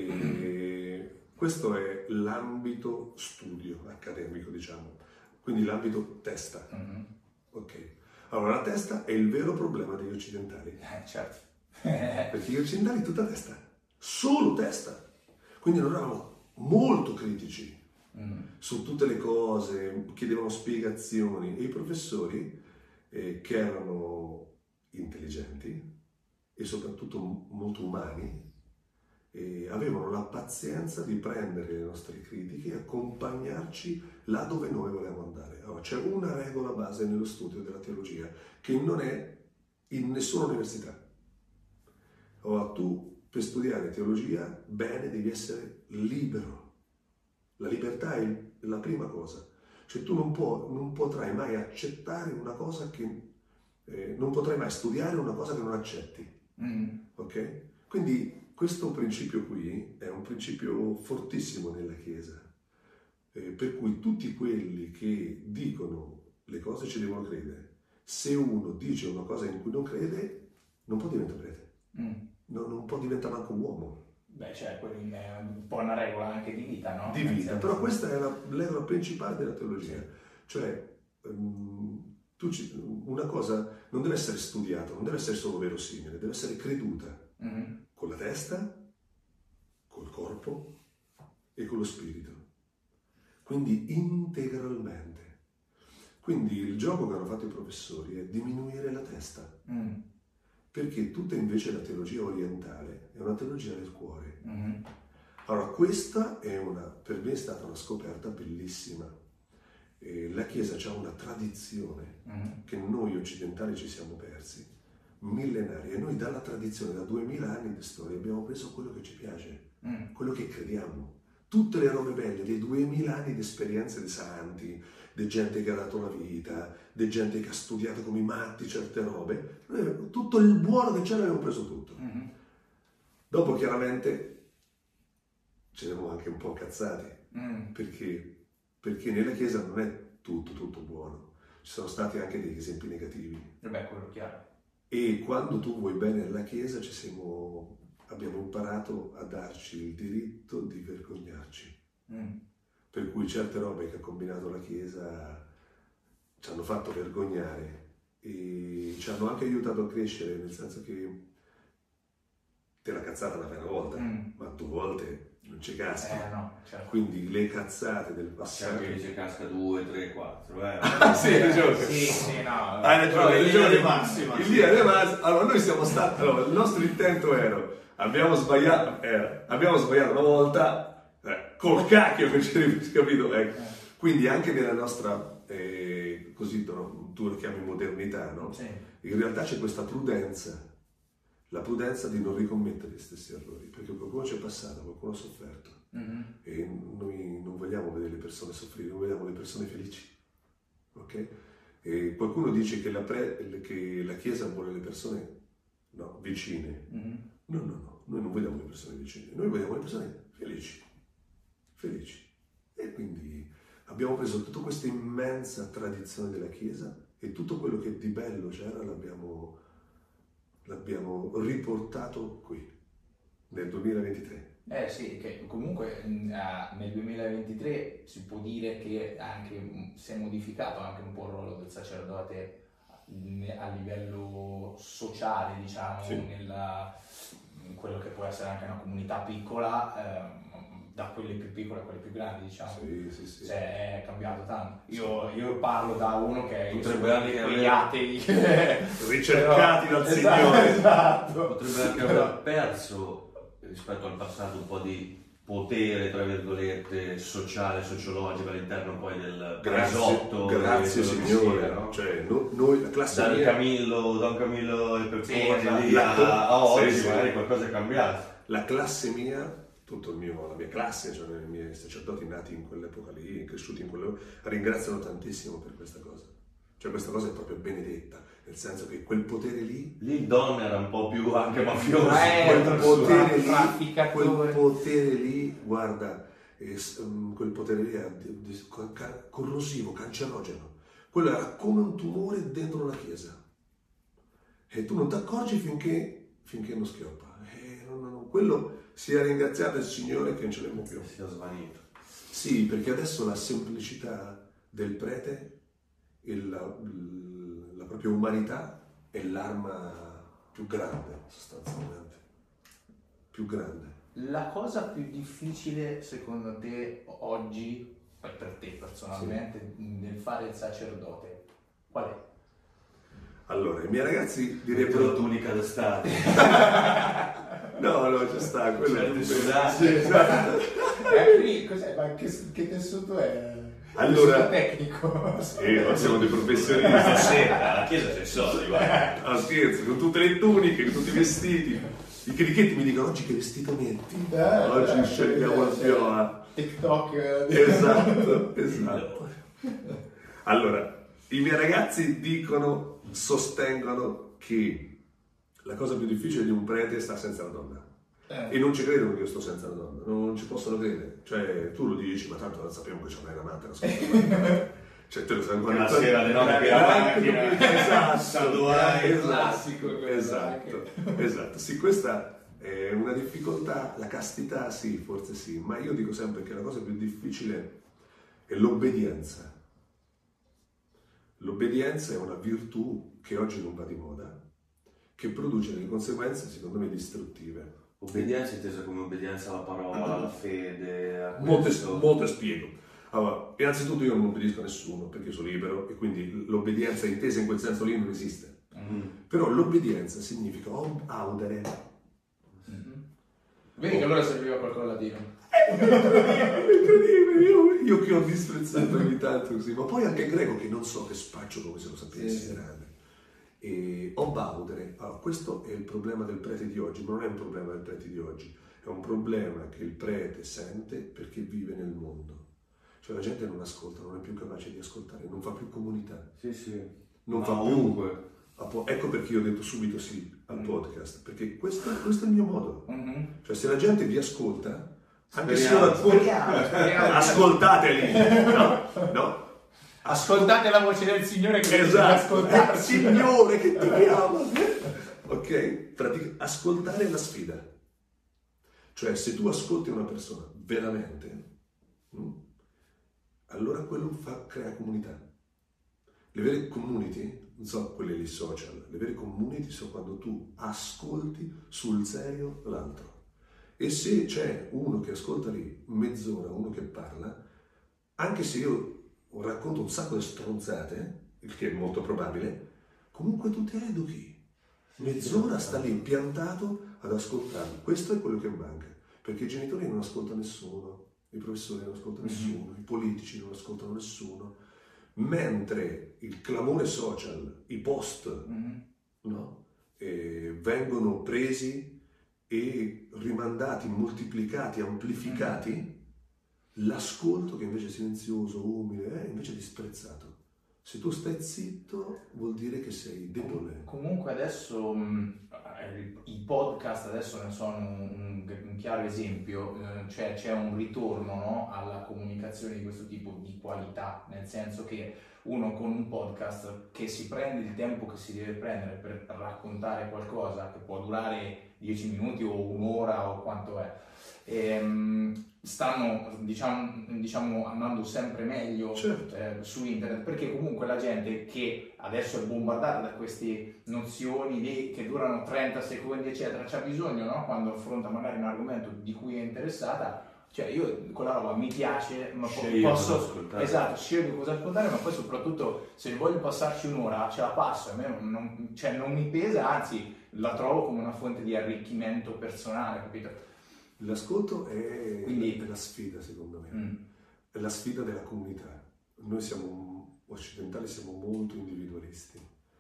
eh, questo è l'ambito studio accademico, diciamo, quindi l'ambito testa. Mhm. Ok. Allora, la testa è il vero problema degli occidentali, Eh, certo. perché gli occidentali tutta testa, solo testa. Quindi noi eravamo molto critici Mhm. su tutte le cose, chiedevano spiegazioni e i professori eh, che erano intelligenti e soprattutto m- molto umani e avevano la pazienza di prendere le nostre critiche e accompagnarci là dove noi volevamo andare. Allora, c'è una regola base nello studio della teologia che non è in nessuna università. Allora, tu per studiare teologia, bene, devi essere libero. La libertà è la prima cosa. Cioè tu non, può, non potrai mai accettare una cosa che... Eh, non potrai mai studiare una cosa che non accetti. Mhm. Ok? Quindi questo principio qui è un principio fortissimo nella Chiesa, eh, per cui tutti quelli che dicono le cose ci devono credere. Se uno dice una cosa in cui non crede, non può diventare prete, Mm. no, non può diventare manco uomo. Beh, cioè, quello è un po' una regola anche di vita, no? Di Nel vita, senso- però questa è la regola principale della teologia, cioè ehm, tu ci- una cosa non deve essere studiata, non deve essere solo verosimile, deve essere creduta Mhm. con la testa, col corpo e con lo spirito, quindi integralmente. Quindi il gioco che hanno fatto i professori è diminuire la testa, Mm. perché tutta invece la teologia orientale è una teologia del cuore. Mhm. Allora, questa è una, per me è stata una scoperta bellissima. Eh, la Chiesa ha una tradizione Mm. che noi occidentali ci siamo persi, millenaria, e noi dalla tradizione, da duemila anni di storia, abbiamo preso quello che ci piace, Mm. quello che crediamo. Tutte le robe belle, dei duemila anni di esperienze dei santi, di gente che ha dato la vita, di gente che ha studiato come i matti certe robe, noi, tutto il buono che c'era abbiamo preso tutto. Mm. Dopo chiaramente ci siamo anche un po' cazzati, Mm. perché, perché nella Chiesa non è tutto, tutto buono, ci sono stati anche degli esempi negativi. E beh, quello è chiaro. E quando tu vuoi bene alla Chiesa ci siamo, abbiamo imparato a darci il diritto di vergognarci. Mm. Per cui certe robe che ha combinato la Chiesa ci hanno fatto vergognare e ci hanno anche aiutato a crescere, nel senso che te la cazzata la fai una volta, Mm. ma due volte non ci caschi. Eh no, certo. Quindi le cazzate del C'è passato... anche chi ci casca due, tre, quattro, eh. Ah sì, hai ragione. Sì, sì, no. Hai ragione, hai in linea ragione. di massima, In sì. linea di massima. Allora noi siamo stati, allora il nostro intento era, abbiamo sbagliato, era, abbiamo sbagliato una volta, eh, col cacchio che ci hai capito, ecco. Eh. Quindi anche nella nostra, eh, così no, tu lo chiami modernità, no? Sì. In realtà c'è questa prudenza, la prudenza di non ricommettere gli stessi errori, perché qualcuno ci è passato, qualcuno ha sofferto. Mm. E noi non vogliamo vedere le persone soffrire, noi vogliamo le persone felici, ok? E qualcuno dice che la, pre, che la Chiesa vuole le persone no, vicine. Mm. No, no, no, noi non vogliamo le persone vicine, noi vogliamo le persone felici, felici. E quindi abbiamo preso tutta questa immensa tradizione della Chiesa e tutto quello che di bello c'era l'abbiamo, l'abbiamo riportato qui, nel duemilaventitré. Eh sì, che comunque mh, eh, nel duemilaventitré si può dire che anche, mh, si è modificato anche un po' il ruolo del sacerdote mh, a livello sociale, diciamo, Sì. nella, in quello che può essere anche una comunità piccola, ehm, da quelle più piccole a quelle più grandi, diciamo. Sì, sì, sì. Cioè, è cambiato tanto. Io, io parlo da uno che io Potrebbe sono anche quegli avere- atei. Ricercati Però- dal esatto, Signore. Esatto. Potrebbe anche aver perso rispetto al passato un po' di potere, tra virgolette, sociale, sociologico all'interno poi del Grazie, risotto. grazie del- del Signore. mestiere, no? Cioè, no- noi, la classe Dal mia, Camillo, Don Camillo e Peppone Sì, esatto. lì a, a oggi Sì, sì. magari qualcosa è cambiato. la classe mia, tutto il mio, la mia classe, cioè i miei sacerdoti nati in quell'epoca lì, cresciuti in quell'epoca, ringraziano tantissimo per questa cosa. Cioè questa cosa è proprio benedetta, nel senso che quel potere lì, Lì il Don era un po' più anche mafioso. Eh, quel tra- potere lì, trafficatore. quel potere lì, guarda, eh, s- um, quel potere lì era di- di- ca- corrosivo, cancerogeno. Quello era come un tumore dentro la chiesa. E tu non ti accorgi finché, finché non schioppa. Eh, no, no, no. Quello sia ringraziato il Signore che non ce l'abbiamo più. Si è svanito. Sì, perché adesso la semplicità del prete e la, la propria umanità è l'arma più grande, sostanzialmente. Più grande. La cosa più difficile secondo te oggi, per per te personalmente, nel fare il sacerdote, qual è? Allora, i miei ragazzi Direbbero direbbero... tunica d'estate. No, no, ci sta, quello Certe è... sudate. Sì, esatto. Eh, qui, cos'è? Ma che, che tessuto è? Allora- Tessuto tecnico. Sì, ma siamo dei professionisti. Stasera, alla chiesa c'è soldi, guarda. Ah, scherzo, con tutte le tuniche, con tutti i vestiti. I crichetti mi dicono oggi che vestito metti? Eh, Oggi eh, scegliamo la eh, viola. TikTok. eh, Esatto, esatto. Allora, i miei ragazzi dicono, sostengono che la cosa più difficile di un prete è stare senza la donna. eh. E non ci credono che io sto senza la donna, non ci possono credere. Cioè, tu lo dici, ma tanto non sappiamo che c'è una amante, nascosta. Cioè, te lo sai ancora. La sera alle nove che la macchina. Esatto. Saluai. Esatto. Classico quello, Esatto. Esatto. Sì, questa è una difficoltà, la castità sì, forse sì, ma io dico sempre che la cosa più difficile è l'obbedienza. L'obbedienza è una virtù che oggi non va di moda, che produce delle conseguenze, secondo me, distruttive. Obbedienza intesa come obbedienza alla parola, alla fede, a Molte, questo. molte spiego. Allora, innanzitutto io non obbedisco a nessuno perché sono libero e quindi l'obbedienza intesa in quel senso lì non esiste. Mm. Però l'obbedienza significa ob- audere. Mhm. Vedi che allora serviva qualcosa latino. Incredibile, incredibile. Io, io che ho disprezzato ogni tanto così, ma poi anche greco che non so che spaccio come se lo sapessi, Sì. grande. E o baudere. Allora, questo è il problema del prete di oggi, ma non è un problema del prete di oggi, è un problema che il prete sente perché vive nel mondo. Cioè la gente non ascolta, non è più capace di ascoltare, non fa più comunità. Sì, sì. Non Ma fa più. ovunque. Ecco perché io ho detto subito sì al Mm. podcast, perché questo, questo è il mio modo. Mm-hmm. Cioè se la gente vi ascolta, anche se Speriamo. io Speriamo, speriamo. ascoltateli, no? No? Ascoltate la voce del Signore che deve Esatto, ascoltarci. eh, Signore che ti chiama. Ok? Pratic- ascoltare è la sfida. Cioè se tu ascolti una persona veramente, mh, allora quello fa, crea comunità. Le vere community, non so quelle lì social, le vere community sono quando tu ascolti sul serio l'altro. E se c'è uno che ascolta lì mezz'ora, uno che parla, anche se io racconto un sacco di stronzate, il che è molto probabile, comunque tu ti educhi. Mezz'ora sta lì piantato ad ascoltarlo. Questo è quello che manca, perché i genitori non ascoltano nessuno, i professori non ascoltano nessuno, mm-hmm. i politici non ascoltano nessuno, mentre il clamore social, i post, mm-hmm. no? eh, vengono presi e rimandati, moltiplicati, amplificati, mm-hmm. l'ascolto che invece è silenzioso, umile, è invece disprezzato. Se tu stai zitto vuol dire che sei debole. Comunque adesso mh, i podcast adesso ne sono un, un, un chiaro esempio, eh, cioè c'è un ritorno, no, alla comunicazione di questo tipo di qualità, nel senso che uno con un podcast che si prende il tempo che si deve prendere per raccontare qualcosa che può durare dieci minuti o un'ora o quanto è, ehm, stanno diciamo, diciamo andando sempre meglio, certo. eh, su internet, perché comunque la gente che adesso è bombardata da queste nozioni di, che durano trenta secondi eccetera, c'ha bisogno, no? Quando affronta magari un argomento di cui è interessata, cioè io quella roba mi piace, ma Sceglio posso esatto, scelgo cosa ascoltare, ma poi soprattutto se voglio passarci un'ora ce la passo, a me non, non, cioè non mi pesa, anzi la trovo come una fonte di arricchimento personale, capito? L'ascolto è, Quindi, è la sfida, secondo me, mm. è la sfida della comunità. Noi siamo occidentali, siamo molto individualisti,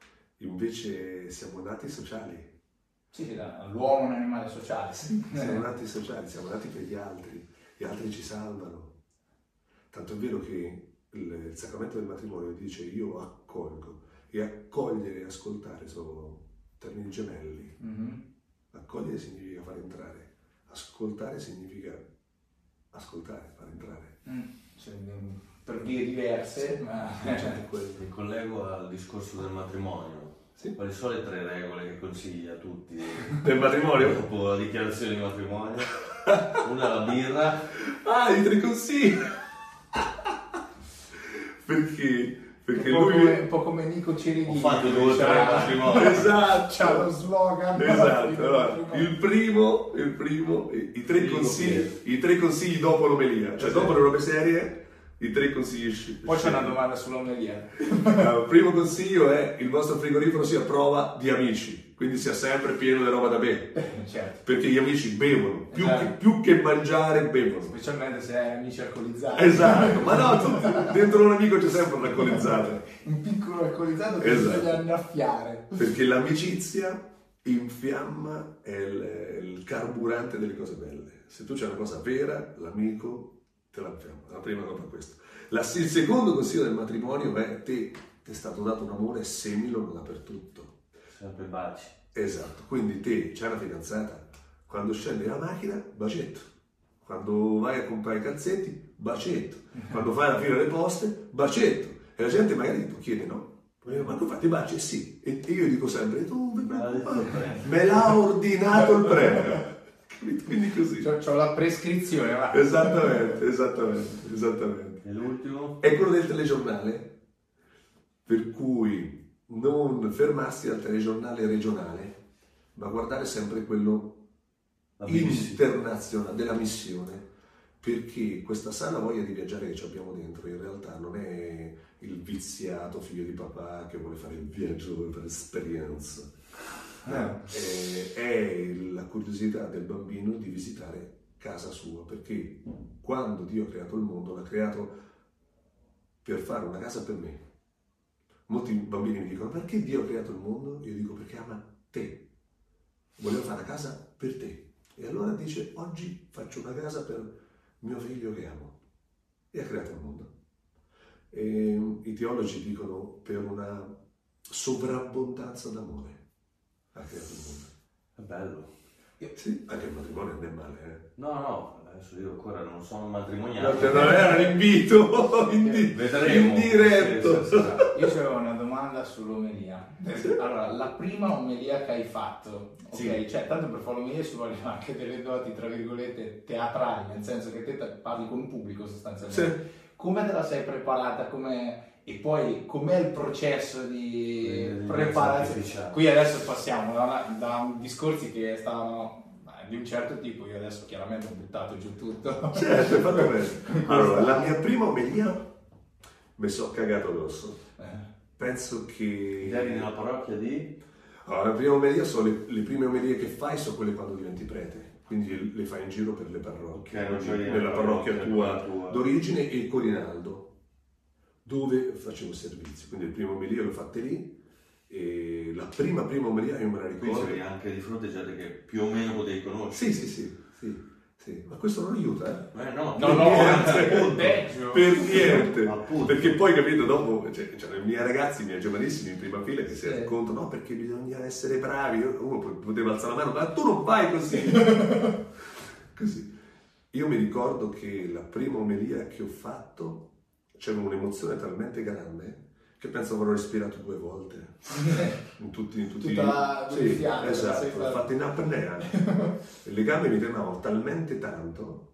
invece siamo nati sociali. Sì, sì, l'uomo è un animale sociale. Sì, siamo nati sociali, siamo nati per gli altri, gli altri ci salvano. Tanto è vero che il, il sacramento del matrimonio dice io accolgo, e accogliere e ascoltare sono termini gemelli. Mm-hmm. Accogliere significa far entrare. Ascoltare significa ascoltare, far entrare. Mm, cioè, per vie diverse, sì, ma... Mi collego al discorso del matrimonio. Sì. Quali sono le tre regole che consigli a tutti del matrimonio? Dopo la dichiarazione di matrimonio. Una è la birra. Ah, i tre consigli! Perché? Perché un po' lui come, un po' come Nico Cerini. Ho fatto due o tre matrimoni. Esatto. C'ha lo slogan. Esatto. Allora, il primo, il primo, i, i tre consigli, i tre consigli dopo l'omelia, cioè dopo le robe serie, i tre consigli. Poi c'è una domanda sull'omelia. Il primo consiglio è il vostro frigorifero sia a prova di amici, quindi sia sempre pieno di roba da bere. Certo. Perché gli amici bevono, più, esatto. che, più che mangiare bevono. Specialmente se hai amici alcolizzati. Esatto, ma no, tu, dentro un amico c'è sempre un alcolizzato. Un piccolo alcolizzato che esatto. bisogna annaffiare. Perché l'amicizia infiamma, è il, il carburante delle cose belle. Se tu c'è una cosa vera, l'amico te la infiamma. La prima cosa è questo. La, il secondo consiglio del matrimonio è te, ti è stato dato un amore, semilo dappertutto. Sempre baci. Esatto, quindi te c'hai una fidanzata, quando scendi dalla macchina, bacetto. Quando vai a comprare i calzetti, bacetto. Quando fai la fila alle poste, bacetto. E la gente magari ti chiede, no? Ma tu fatti baci? Sì. E io dico sempre, tu me l'ha ordinato il premio. Quindi così. C'ho, c'ho la prescrizione, va. Esattamente, esattamente, esattamente. E l'ultimo? È quello del telegiornale, per cui non fermarsi al telegiornale regionale, ma guardare sempre quello internazionale, della missione, perché questa sana voglia di viaggiare che ci abbiamo dentro in realtà non è il viziato figlio di papà che vuole fare il viaggio per esperienza, eh, è la curiosità del bambino di visitare casa sua, perché quando Dio ha creato il mondo l'ha creato per fare una casa per me. Molti bambini mi dicono: perché Dio ha creato il mondo? Io dico: perché ama te, voleva fare una casa per te, e allora dice: oggi faccio una casa per mio figlio che amo, e ha creato il mondo. E i teologi dicono per una sovrabbondanza d'amore ha creato il mondo. È bello. Sì, anche il matrimonio non è male, eh. No, no, adesso io ancora non sono matrimoniato. No, non era un invito in, di- Vedremo. in diretto. Sì, sì, sì. Io c'avevo una domanda sull'omelia. Allora, la prima omelia che hai fatto, ok? Sì. Cioè, tanto per fare l'omelia ci vogliono anche delle doti, tra virgolette, teatrali, nel senso che te parli con un pubblico sostanzialmente. Sì. Come te la sei preparata? Come... E poi com'è il processo di Di preparazione? artificiale. Qui adesso passiamo da, una, da discorsi che stavano beh, di un certo tipo, io adesso chiaramente ho buttato giù tutto. Certo, hai fatto bene. Allora, la mia prima omelia mi sono cagato addosso. Eh. Penso che... Eri nella parrocchia di... Allora, la prima omelia sono le, le prime omelie che fai sono quelle quando diventi prete, quindi le fai in giro per le parrocchie. Ok, non c'è Quindi io, nella parrocchia nella tua, tua. d'origine e Corinaldo, dove facevo servizio. Quindi le prime omelie le ho fatte lì, e la prima prima omelia io me la Qui ricordo. c'eri anche di fronte a gente che più o meno potevi conoscere. Sì, sì, sì, sì, sì. Ma questo non aiuta, eh? Eh, no, No, no, anzi, Niente. peggio. Per niente, Appunto. perché poi capito dopo cioè, cioè, i miei ragazzi, i miei giovanissimi in prima fila che si Sì. rendono conto, no, perché bisogna essere bravi. Uno poteva alzare la mano, ma tu non vai così. Così. Io mi ricordo che la prima omelia che ho fatto c'era un'emozione talmente grande che penso avrò respirato due volte in tutti, in tutti Tutta sì, gonfiata, sei esatto, fatto. l'ho fatto in apnea. Le gambe mi tremavano talmente tanto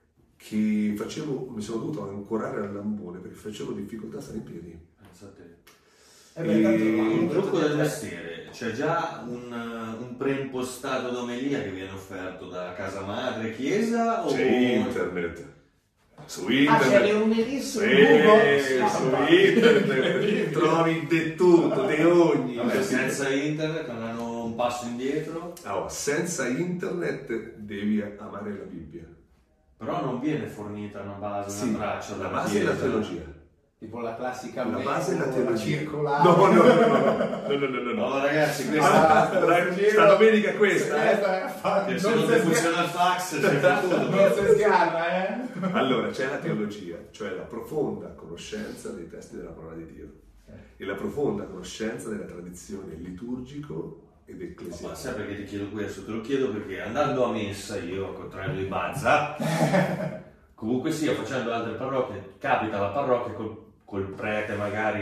che facevo, mi sono dovuto ancorare al lambone perché facevo difficoltà a stare in piedi. Pensa a te. Eh beh, tanto E- l'hanno Il detto trucco di del te. mestiere, c'è già un, un preimpostato d'omelia che viene offerto da casa madre, chiesa o... C'è internet. Su Ah, c'è le internet. omelie su Sì, Google? su Ah, internet trovi di tutto, di ogni. Vabbè, senza internet non hanno un passo indietro, Oh, senza internet devi amare la Bibbia. però non viene fornita una base, Sì, una traccia la dalla base è la chiesa. teologia. Tipo la classica La me- base è la o teologia. circolare. No, no, no, no, no, no, no, no, no, No no. ragazzi, questa Ah, dai, sta domenica è questa, eh. che se non non si ti funziona il fax c'è tutto. non si sgarra, eh? Allora, c'è la teologia, cioè la profonda conoscenza dei testi della parola di Dio e la profonda conoscenza della tradizione liturgico ed Ma ecclesiale. sai perché ti chiedo questo? Te lo chiedo perché andando a messa io, al contrario di Bazza, comunque sia facendo altre parrocchie, capita la parrocchia col, col prete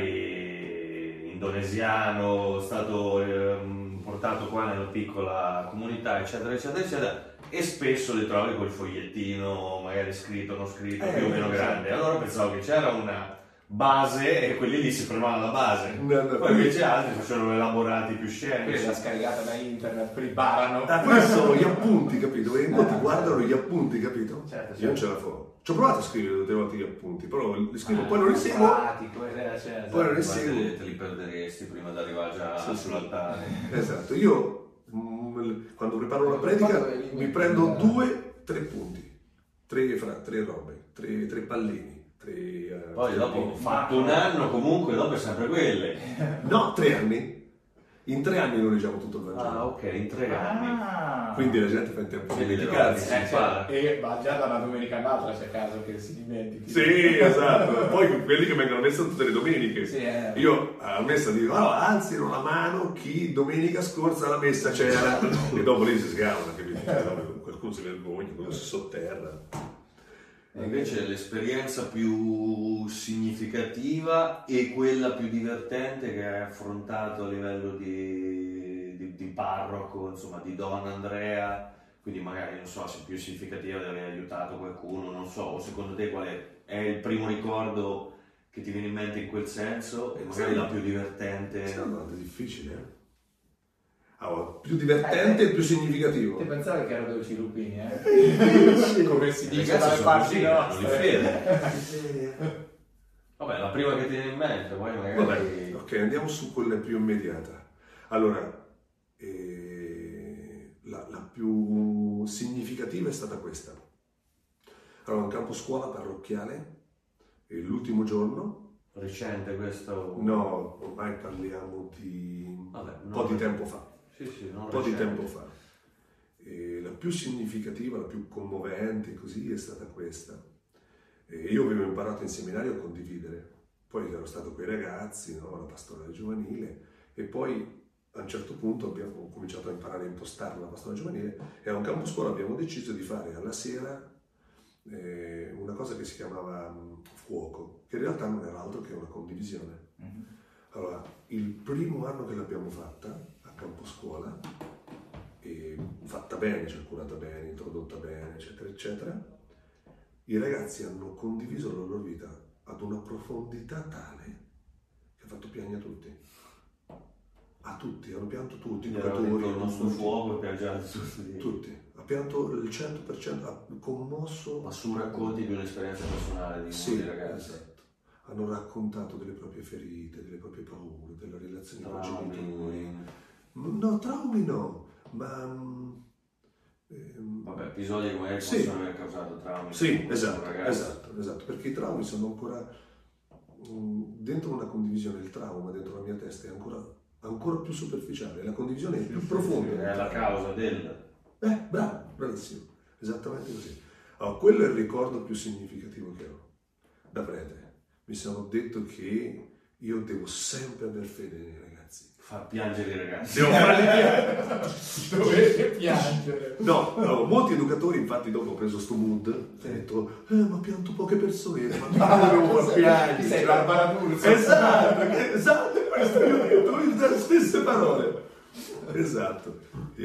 magari indonesiano, stato ehm, portato qua nella piccola comunità, eccetera, eccetera, eccetera, e spesso li trovi col fogliettino magari scritto, non scritto, Eh, più o meno esatto. grande. Allora pensavo che c'era una base e quelli lì si fermavano alla base. No, no, Poi invece altri facevano elaborati più Quella scenici. l'ha scaricata da internet, poi barano. Ah, quelli sono gli appunti, capito? E molti guardano gli appunti, capito? Certo, Io non certo. ce la faccio. Ci ho provato a scrivere tutte le volte gli appunti, però li scrivo, Ah, poi non li seguo. pratico, eh, cioè, Poi non li Ma te, seguo. te li perderesti prima di arrivare già Sì, sì. sull'altare. Esatto, io mm, quando preparo la predica mi prendo due, tre punti, tre, fra, tre robe, tre, tre pallini, tre... eh, Poi tre dopo, pallini. fatto un anno, comunque dopo è sempre quelle. No, tre anni. In tre anni non leggiamo tutto il Vangelo. Ah, ok, in tre anni. Ah. Quindi la gente fa in tempo a Vedi le dimenticarsi. robe. Eh, cioè, e ma già da una domenica all'altra c'è caso che si dimentichi. Sì, esatto. Poi quelli che vengono a messa tutte le domeniche. Sì, eh. Io a messa dico, allora alzino la mano chi domenica scorsa alla messa c'era. E dopo lì si sgavano, capito? Qualcuno si vergogna, qualcuno si sotterra. E invece l'esperienza più significativa e quella più divertente che hai affrontato a livello di, di, di parroco, insomma, di Donna Andrea, quindi magari non so se è più significativa di aver aiutato qualcuno, non so, o secondo te qual è, è il primo ricordo che ti viene in mente in quel senso e magari la più divertente? È una domanda difficile, eh? Allora, più divertente e più significativo. Te pensavi che erano dolci lupini, eh? Come si dice Ragazzi, dalle sono parti così, non li nostre. fede. Vabbè, la prima che ti viene in mente, poi magari... Vabbè, ok, andiamo su quella più immediata. Allora, E la, la più significativa è stata questa. Allora, un campo scuola parrocchiale, e l'ultimo giorno... Recente questo? No, ormai parliamo di Vabbè, un po' di tempo fa. Sì, sì, non Un po' di recente. tempo fa. E la più significativa, la più commovente così è stata questa. E io avevo imparato in seminario a condividere, poi ero stato con i ragazzi, no, la pastorale giovanile, e poi a un certo punto abbiamo cominciato a imparare a impostare la pastorale giovanile e a un campo scuola abbiamo deciso di fare alla sera eh, una cosa che si chiamava um, fuoco, che in realtà non era altro che una condivisione. Mm-hmm. Allora, il primo anno che l'abbiamo fatta a campo scuola, e fatta bene, cioè curata bene, introdotta bene, eccetera, eccetera, i ragazzi hanno condiviso la loro vita ad una profondità tale che ha fatto piangere a tutti. A tutti, hanno pianto tutti, i giocatori, il nostro fuoco e piangere tutti. Tutti. Ha pianto il cento per cento, ha commosso. Ma su racconti di un'esperienza personale di sì, molti ragazzi. Esatto. Hanno raccontato delle proprie ferite, delle proprie paure, delle relazioni con i Traumi. genitori. No, traumi no, ma... Ehm, Vabbè, episodi che magari sì. possono aver causato traumi. Sì, esatto, esatto, esatto, perché i traumi sono ancora... mh, dentro una condivisione, il trauma dentro la mia testa è ancora, ancora più superficiale, la condivisione è più profonda. È la causa del... Eh, bravo, bravissimo, esattamente così. Allora, quello è il ricordo più significativo che ho da prete. Mi sono detto che io devo sempre aver fede nei ragazzi. Far piangere i ragazzi. Devo farli piangere. Dovete piangere. No, no, molti educatori infatti dopo ho preso sto mood e ho detto eh ma pianto poche persone, ma mica devo far piangere. Sei Barbara D'Urso. Esatto, esatto, questo io ho detto, io le stesse parole. Esatto.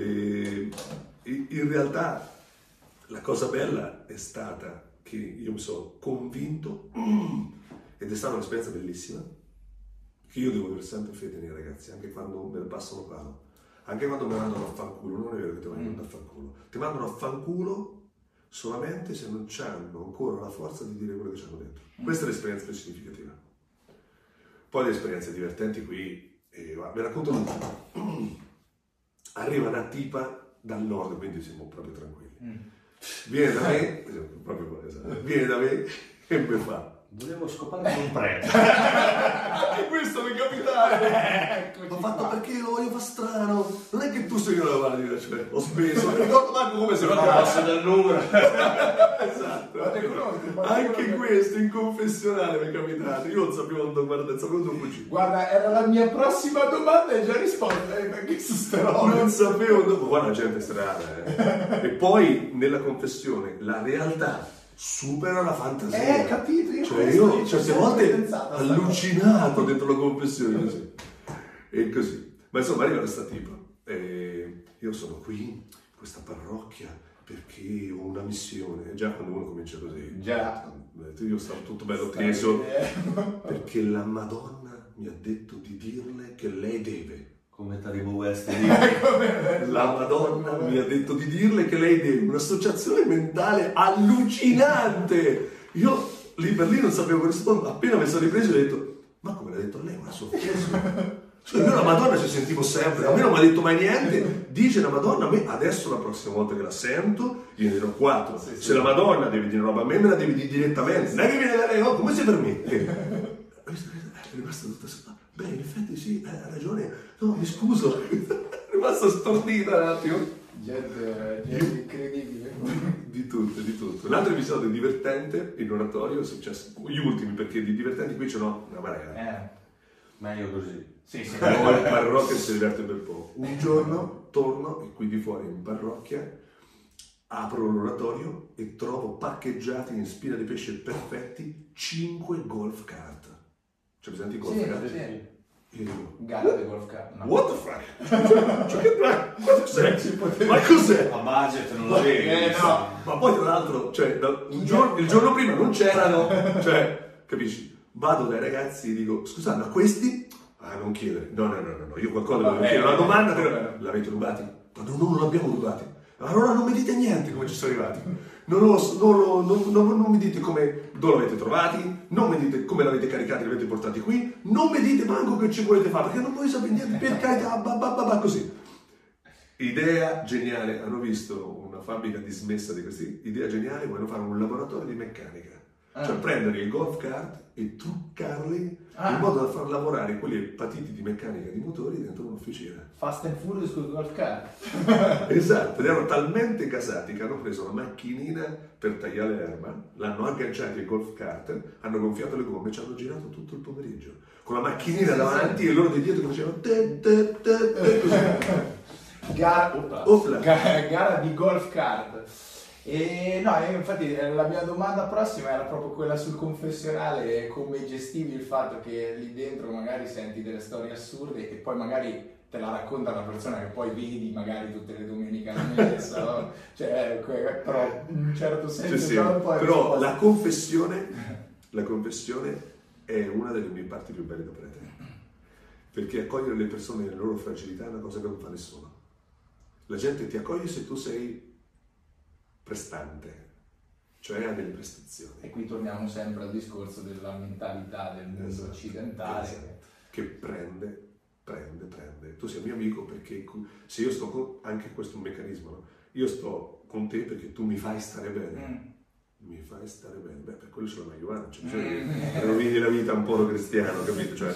E, in realtà la cosa bella è stata che io mi sono convinto ed è stata un'esperienza bellissima che io devo avere sempre fede nei ragazzi, anche quando me ne passano palo, anche quando mi mandano a fanculo. Non è vero che ti mandano a fanculo, ti mandano a fanculo solamente se non hanno ancora la forza di dire quello che ci hanno dentro. Questa è l'esperienza più significativa. Poi le esperienze divertenti qui, eh, vi racconto tutto. Arriva una tipa dal nord, quindi siamo proprio tranquilli. Viene da me, proprio, esatto, viene da me e mi fa: volevo scopare con un prete. anche questo mi capitava. Eccoci L'ho fatto qua. perché lo voglio far strano. Non è che tu sei una lavagna, cioè, ho speso, mi ricordo manco come se lo Non chiama. posso dal numero. Esatto. Ma te conosci, ma te Anche conosci. questo in confessionale mi è capitato. Io non sapevo dove guardare, non sapevo dove fuggire. Guarda, era la mia prossima domanda e già risposta, eh, perché su ste robe. Non sapevo dove. Guarda, la gente è strana. Eh. E poi nella confessione la realtà supera la fantasia. Eh, capito, io Cioè questo io ci ho certe sempre volte pensato a sta allucinato dentro la confessione così. E così. Ma insomma arriva questa tipa. E io sono qui in questa parrocchia perché ho una missione. Già quando uno comincia così. Già. Io stavo tutto bello teso. Perché la Madonna mi ha detto di dirle che lei deve. Come Taribo West. La Madonna mi ha detto di dirle che lei deve un'associazione mentale allucinante. Io lì per lì non sapevo che rispondere. Appena mi sono ripreso ho detto: ma come l'ha detto lei? Ma sono offeso. Cioè, io la Madonna ci sentivo sempre, a me non mi ha detto mai niente. Dice la Madonna a me, adesso la prossima volta che la sento gliene dirò quattro. Sì, sì. Se la Madonna deve dire roba a me, me la devi dire direttamente. Non è che viene da lei, oh, come si permette? È rimasta tutta sola. Beh, in effetti sì, eh, ha ragione. No, mi scuso. È rimasta stordita un attimo. Gente, gente incredibile. Di tutto, di tutto. Un altro episodio divertente in oratorio è successo, gli ultimi, perché di divertenti qui ce n'ho una marea. Eh, Meglio così. sì, sì. Poi in parrocchia si diverte per poco. Un giorno torno e qui di fuori in parrocchia apro l'oratorio e trovo parcheggiati in spina di pesce perfetti cinque golf cart. C'è presente i golf Sì, cart? sì. Io dico, Gara di golf car. No. what the fuck? Cioè, che ma cos'è? Ma cos'è? A budget non lo vedi. Eh, no. Ma poi tra l'altro, cioè, da- un giorno- il giorno prima non c'erano, cioè, capisci? Vado dai ragazzi e dico: scusate, ma questi? Ah, non chiedere. No, no, no, no, no. Io qualcosa devo Vabbè, chiedere. Una domanda, vabbè. l'avete rubati? Ma no, no, non l'abbiamo rubati. Allora non mi dite niente come ci sono arrivati. Non, lo, non, lo, non, non, non mi dite come, dove l'avete trovati, non mi dite come l'avete caricati, li avete portati qui, non mi dite manco che ci volete fare, perché non voi sapete niente, per carità, bah, bah, bah, bah, così. Idea geniale, hanno visto una fabbrica dismessa di questi, idea geniale, vogliono fare un laboratorio di meccanica, Ah. cioè prendere il golf cart e truccarli Ah. in modo da far lavorare quelli patiti di meccanica di motori dentro un'officina. Fast and Furious col golf car. Esatto, ed erano talmente casati che hanno preso una macchinina per tagliare l'erba, l'hanno agganciato al golf cart, hanno gonfiato le gomme e ci hanno girato tutto il pomeriggio con la macchinina Sì, sì, davanti sì. e loro di dietro che facevano te, te, te, te, così. Gara, opla. Opla. Ga- gara di golf kart. E no, io infatti eh, la mia domanda prossima era proprio quella sul confessionale, come gestivi il fatto che lì dentro magari senti delle storie assurde e poi magari te la racconta una persona che poi vedi magari tutte le domeniche alla messa, no? Cioè, que- però in un certo senso Sì, sì. già un po' è Però risposta. la confessione, la confessione è una delle mie parti più belle da prete, perché accogliere le persone nelle loro fragilità è una cosa che non fa nessuno. La gente ti accoglie se tu sei prestante, cioè ha delle prestazioni. E qui torniamo sempre al discorso della mentalità del mondo Esatto, occidentale. esatto. Che prende, prende, prende. Tu sei mio amico perché se io sto con, anche questo è un meccanismo, no? Io sto con te perché tu mi fai stare bene. Mm. Mi fai stare bene. Beh, per quello ce l'ho meglio, non c'è bisogno che rovini la vita un po' cristiano, capito? Cioè,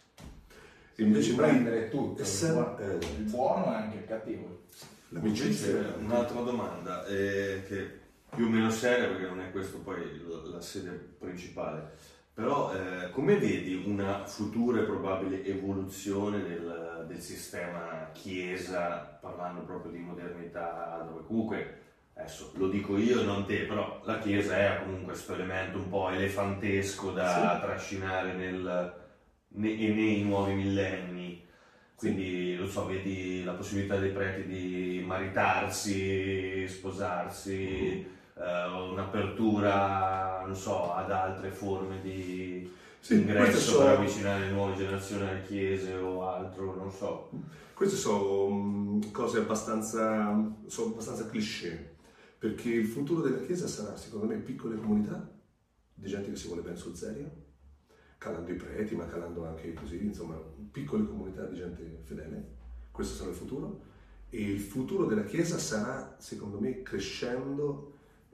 invece Devi noi- prendere tutto, il Sa- buono, eh, il buono e anche il cattivo. l'amicizia. Invece un'altra domanda, eh, che più o meno seria perché non è questo poi la, la sede principale, però eh, come vedi una futura e probabile evoluzione del, del sistema chiesa, parlando proprio di modernità, dove comunque, adesso lo dico io e non te, però la chiesa è comunque questo elemento un po' elefantesco da Sì. trascinare nel, ne- nei nuovi millenni. Quindi, lo so, vedi la possibilità dei preti di maritarsi, sposarsi, eh, un'apertura, non so, ad altre forme di Sì, ingresso queste sono- per avvicinare le nuove generazioni alle chiese o altro, non so. Queste sono mm, cose abbastanza, sono abbastanza cliché, perché il futuro della Chiesa sarà, secondo me, piccole comunità di gente che si vuole bene sul serio, calando i preti, ma calando anche così, insomma, piccole comunità di gente fedele. Questo sarà il futuro. E il futuro della Chiesa sarà, secondo me, crescendo,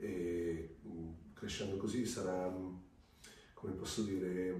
e, mm, crescendo così sarà, mm, come posso dire,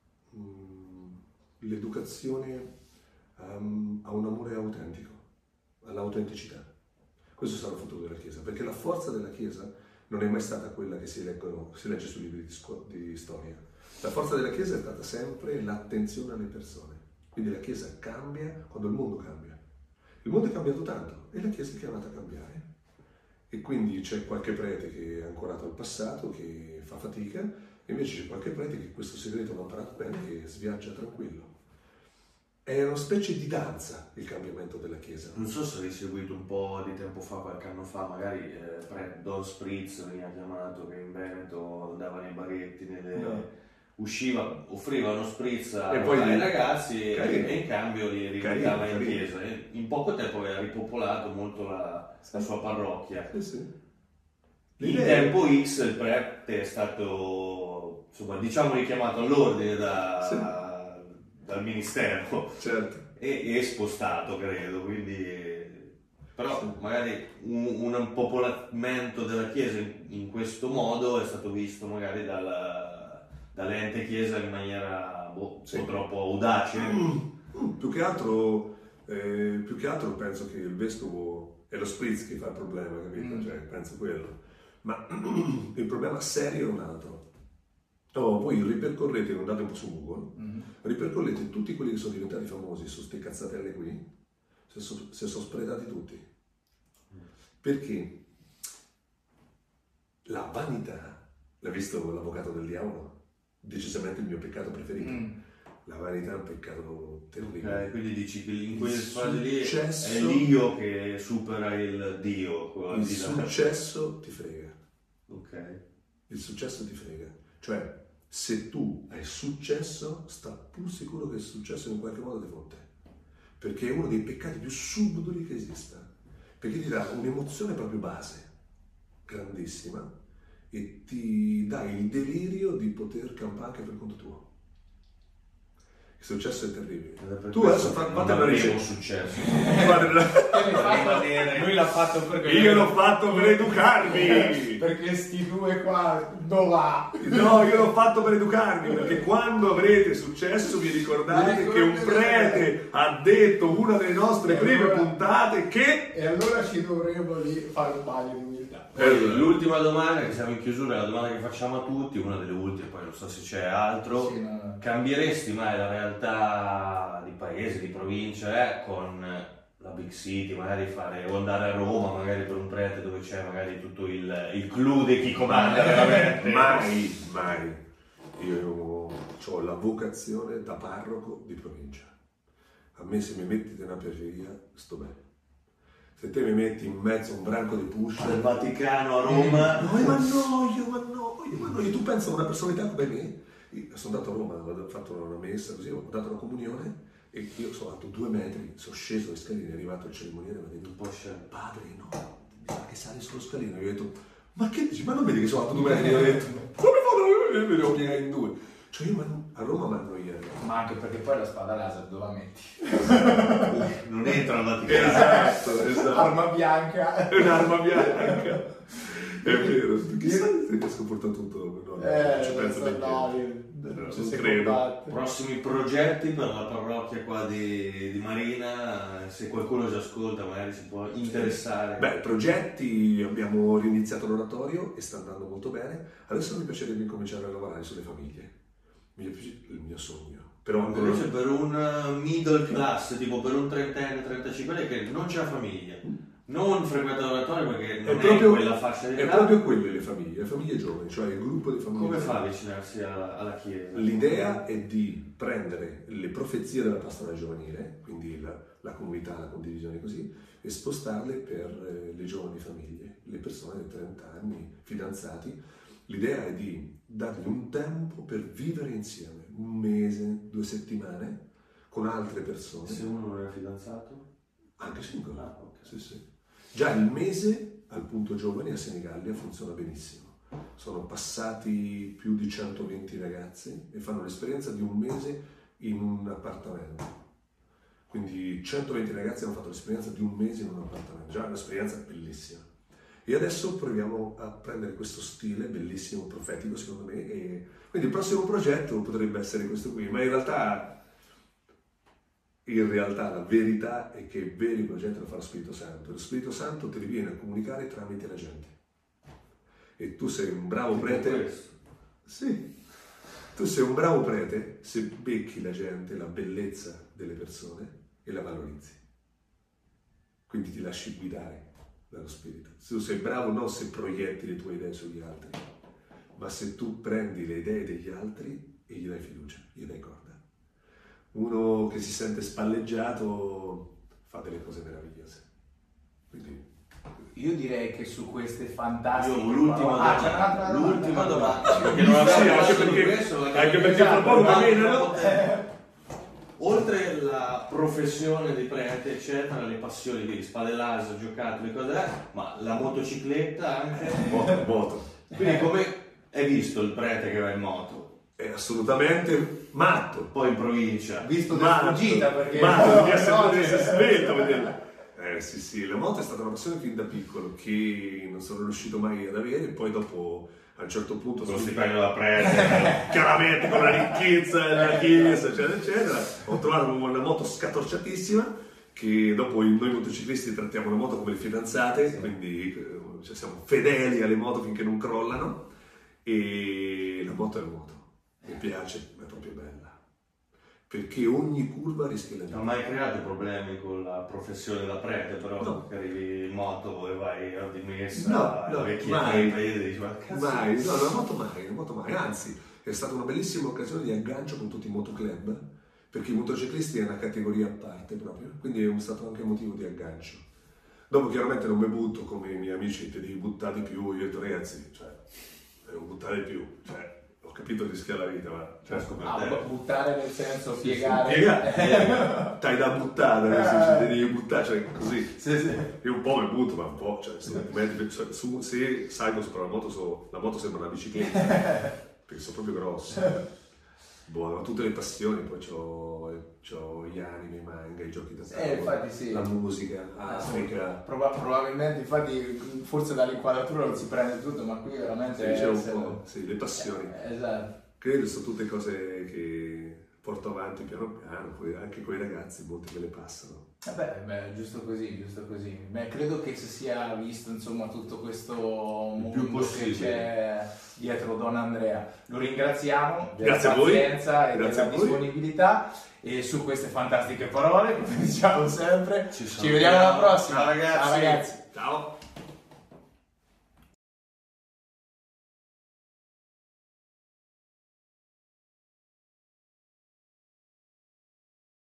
mm, l'educazione um, a un amore autentico, all'autenticità. Questo sarà il futuro della Chiesa, perché la forza della Chiesa non è mai stata quella che si, leggono, si legge sui libri di, scu- di storia. La forza della Chiesa è stata sempre l'attenzione alle persone. Quindi la Chiesa cambia quando il mondo cambia. Il mondo è cambiato tanto e la Chiesa è chiamata a cambiare. E quindi c'è qualche prete che è ancorato al passato, che fa fatica, e invece c'è qualche prete che questo segreto l'ha imparato bene, che sviaggia tranquillo. È una specie di danza il cambiamento della Chiesa. Non so se avevi seguito un po' di tempo fa, qualche anno fa, magari eh, pre- Don Spritz veniva chiamato, che in Veneto andava nei baretti, nelle... No. usciva, offriva uno spritz E poi ai li- ragazzi Carino. e in cambio li riportava in Carino, chiesa. E in poco tempo aveva ripopolato molto la, la sua parrocchia. Sì, sì. In L'idea- tempo X il prete è stato, insomma, diciamo richiamato all'ordine da- dal ministero Certo. e, e spostato, credo, quindi però Sì. magari un, un popolamento della chiesa in, in questo modo è stato visto magari dalla, dall'ente chiesa in maniera boh, Sì. un po' troppo audace. Mm, più che altro, eh, più che altro penso che il vescovo è lo spritz che fa il problema, capito? Mm. Cioè, penso quello. Ma il problema serio è un altro. Oh, voi ripercorrete, andate un po' su Google, Mm. ripercorrete tutti quelli che sono diventati famosi su ste cazzatelle qui, se, so- se sono spredati tutti. Perché la vanità, l'ha visto l'avvocato del diavolo? Decisamente il mio peccato preferito. Mm. La vanità è un peccato terribile. Ok, quindi dici che in Il quelle fasi lì è successo- l'io che supera il Dio. quello al Il di là. successo ti frega. Ok. Il successo ti frega. Cioè, se tu hai successo, sta pur sicuro che il successo in qualche modo ti fotte. Perché è uno dei peccati più subdoli che esista. Perché ti dà un'emozione proprio base, grandissima, e ti dà il delirio di poter campare anche per conto tuo. Il successo è terribile. Per Tu questo adesso fa- non fate una avremo ricerca. successo. Lui l'ha fatto perché Io l'ho fatto per educarvi! perché sti due qua dove va? No, io l'ho fatto per educarvi, perché quando avrete successo vi ricordate che un prete ha detto una delle nostre prime puntate che... E allora ci dovremmo lì fare un bagno di umiltà. Poi, l'ultima domanda, che siamo in chiusura, è la domanda che facciamo a tutti, una delle ultime, poi non so se c'è altro. Sì, no, no. Cambieresti mai la realtà di paese, di provincia, eh, con la big city, magari fare, o andare a Roma, magari per un prete dove c'è magari tutto il, il clou di chi comanda veramente? Mai, mai. Io ho la vocazione da parroco di provincia. A me se mi metti nella periferia sto bene. Se te mi metti in mezzo a un branco di puscia... Dal Vaticano a Roma... No, ma annoio, ma annoio, ma annoio. Tu pensa a una personalità come me? Io sono andato a Roma, ho fatto una messa così, ho dato una comunione e io sono andato due metri, sono sceso le scalini, è arrivato il cerimoniere e mi ha detto: Un po' scemo. padre, no, mi sa che sali sullo scalino. Io ho detto: ma che dici? Ma non vedi che sono andato due metri? Io ho detto: come fate? Mi devo piegare in due. Cioè io a Roma mi annoiavo. Ma anche perché poi la spada laser dove la metti? Non entra al Vaticano. Esatto, esatto. Arma bianca. È un'arma bianca. È vero, chissà se riesco a portare tutto dopo. No, no, Eh, non ci penso so, neanche. no, io- No, non ci non sei credo. combattere. Prossimi progetti per la parrocchia qua di, di Marina, se qualcuno ci ascolta magari si può interessare. Beh, progetti, abbiamo riniziato l'oratorio e sta andando molto bene. Adesso mi piacerebbe incominciare a lavorare sulle famiglie. Mi piace il mio sogno. Però ancora... Invece per un middle class, tipo per un trentenne, trentacinquenne che non c'ha famiglia, non frequenta l'oratorio perché non è, proprio, in quella fascia di è età, proprio quelle le famiglie, le famiglie giovani, cioè il gruppo di famiglie. come fa a giovani. avvicinarsi alla, alla chiesa? L'idea è di prendere le profezie della pastorale giovanile, quindi la, la comunità, la condivisione così, e spostarle per eh, le giovani famiglie, le persone di trenta anni, fidanzati. L'idea è di dargli un tempo per vivere insieme, un mese, due settimane, con altre persone. Se uno non è fidanzato? Anche singolo. Ah, ok. Sì, sì. Già il mese al punto giovani a Senigallia funziona benissimo. Sono passati più di centoventi ragazzi e fanno l'esperienza di un mese in un appartamento. Quindi centoventi ragazzi hanno fatto l'esperienza di un mese in un appartamento. Già è un'esperienza bellissima. E adesso proviamo a prendere questo stile bellissimo, profetico secondo me. E quindi il prossimo progetto potrebbe essere questo qui, ma in realtà... In realtà la verità è che i veri progetti lo fa lo Spirito Santo. Lo Spirito Santo ti viene a comunicare tramite la gente. E tu sei un bravo Tipo prete. questo. Sì. Tu sei un bravo prete se becchi la gente, la bellezza delle persone e la valorizzi. Quindi ti lasci guidare dallo Spirito. Se tu sei bravo non se proietti le tue idee sugli altri, ma se tu prendi le idee degli altri e gli dai fiducia, gli dai corda. Uno che si sente spalleggiato fa delle cose meravigliose. Quindi Io direi che su queste fantastiche Io l'ultima parole- Ah, c'è domanda, un'altra domanda. l'ultima domanda, Sì, perché non Sì, abbiamo anche fatto perché- questo, la- anche perché Esatto, fra poco ma- menano. Oltre la professione di prete, eccetera, le passioni di spade laser, giocattoli, cose, ma la motocicletta anche. Moto, moto. Quindi come è visto il prete che va in moto? È assolutamente matto. Poi in provincia. Visto da Matto, sfuggita perché matto, no, mi ha no, sempre cioè- messo svelto a vederla. Eh sì sì, la moto è stata una passione fin da piccolo che non sono riuscito mai ad avere, poi dopo a un certo punto Con lo sono stipendio da prete. chiaramente con la ricchezza della chiesa, eccetera, eccetera. Ho trovato una moto scatorciatissima che dopo noi motociclisti trattiamo la moto come le fidanzate, Sì. quindi eh, cioè, siamo fedeli alle moto finché non crollano e la moto è la moto. Mi piace, ma è proprio bella. Perché ogni curva rischia la vita. Non hai mai creato problemi con la professione da prete, però No. che arrivi in moto e vai a dimessa, No, no, la vecchia mai. in paese e dici, ma cazzo. Mai, no, la moto mai, la moto mai, anzi è stata una bellissima occasione di aggancio con tutti i motoclub, perché i motociclisti è una categoria a parte proprio, quindi è stato anche un motivo di aggancio. Dopo chiaramente non mi butto come i miei amici, ti devi buttare di più, io ho detto ragazzi, cioè, devo buttare di più, cioè, ho capito che rischia la vita, ma... Cioè, Ho scoperto. Ah, bu- buttare nel senso piegare. Piega, t'hai da buttare, nel senso, ti devi buttare, cioè così. Sì, sì. Io un po' mi butto, ma un po', cioè, se, metti- cioè, su- se salgo sopra la moto, so- la moto sembra una bicicletta, perché sono proprio grosso. Buono, tutte le passioni, poi c'ho, c'ho gli anime, i manga, i giochi da tavolo, Eh, infatti sì. la musica, Ah, l'Africa. Proba- probabilmente, infatti, forse dall'inquadratura non si prende tutto, ma qui veramente... Sì, c'è un se- po', sì, le passioni. Eh, esatto. Credo sono tutte cose che porto avanti piano piano, poi anche con i ragazzi molti me le passano. Eh beh, beh, giusto così, giusto così. Beh, credo che si sia visto, insomma, tutto questo più mondo che possibile. c'è dietro Don Andrea. Lo ringraziamo della Grazie a voi. pazienza e Grazie della a voi. disponibilità e su queste fantastiche parole, come diciamo sempre. Ci Ci vediamo alla prossima. Ciao ragazzi. Ciao ragazzi. Ciao!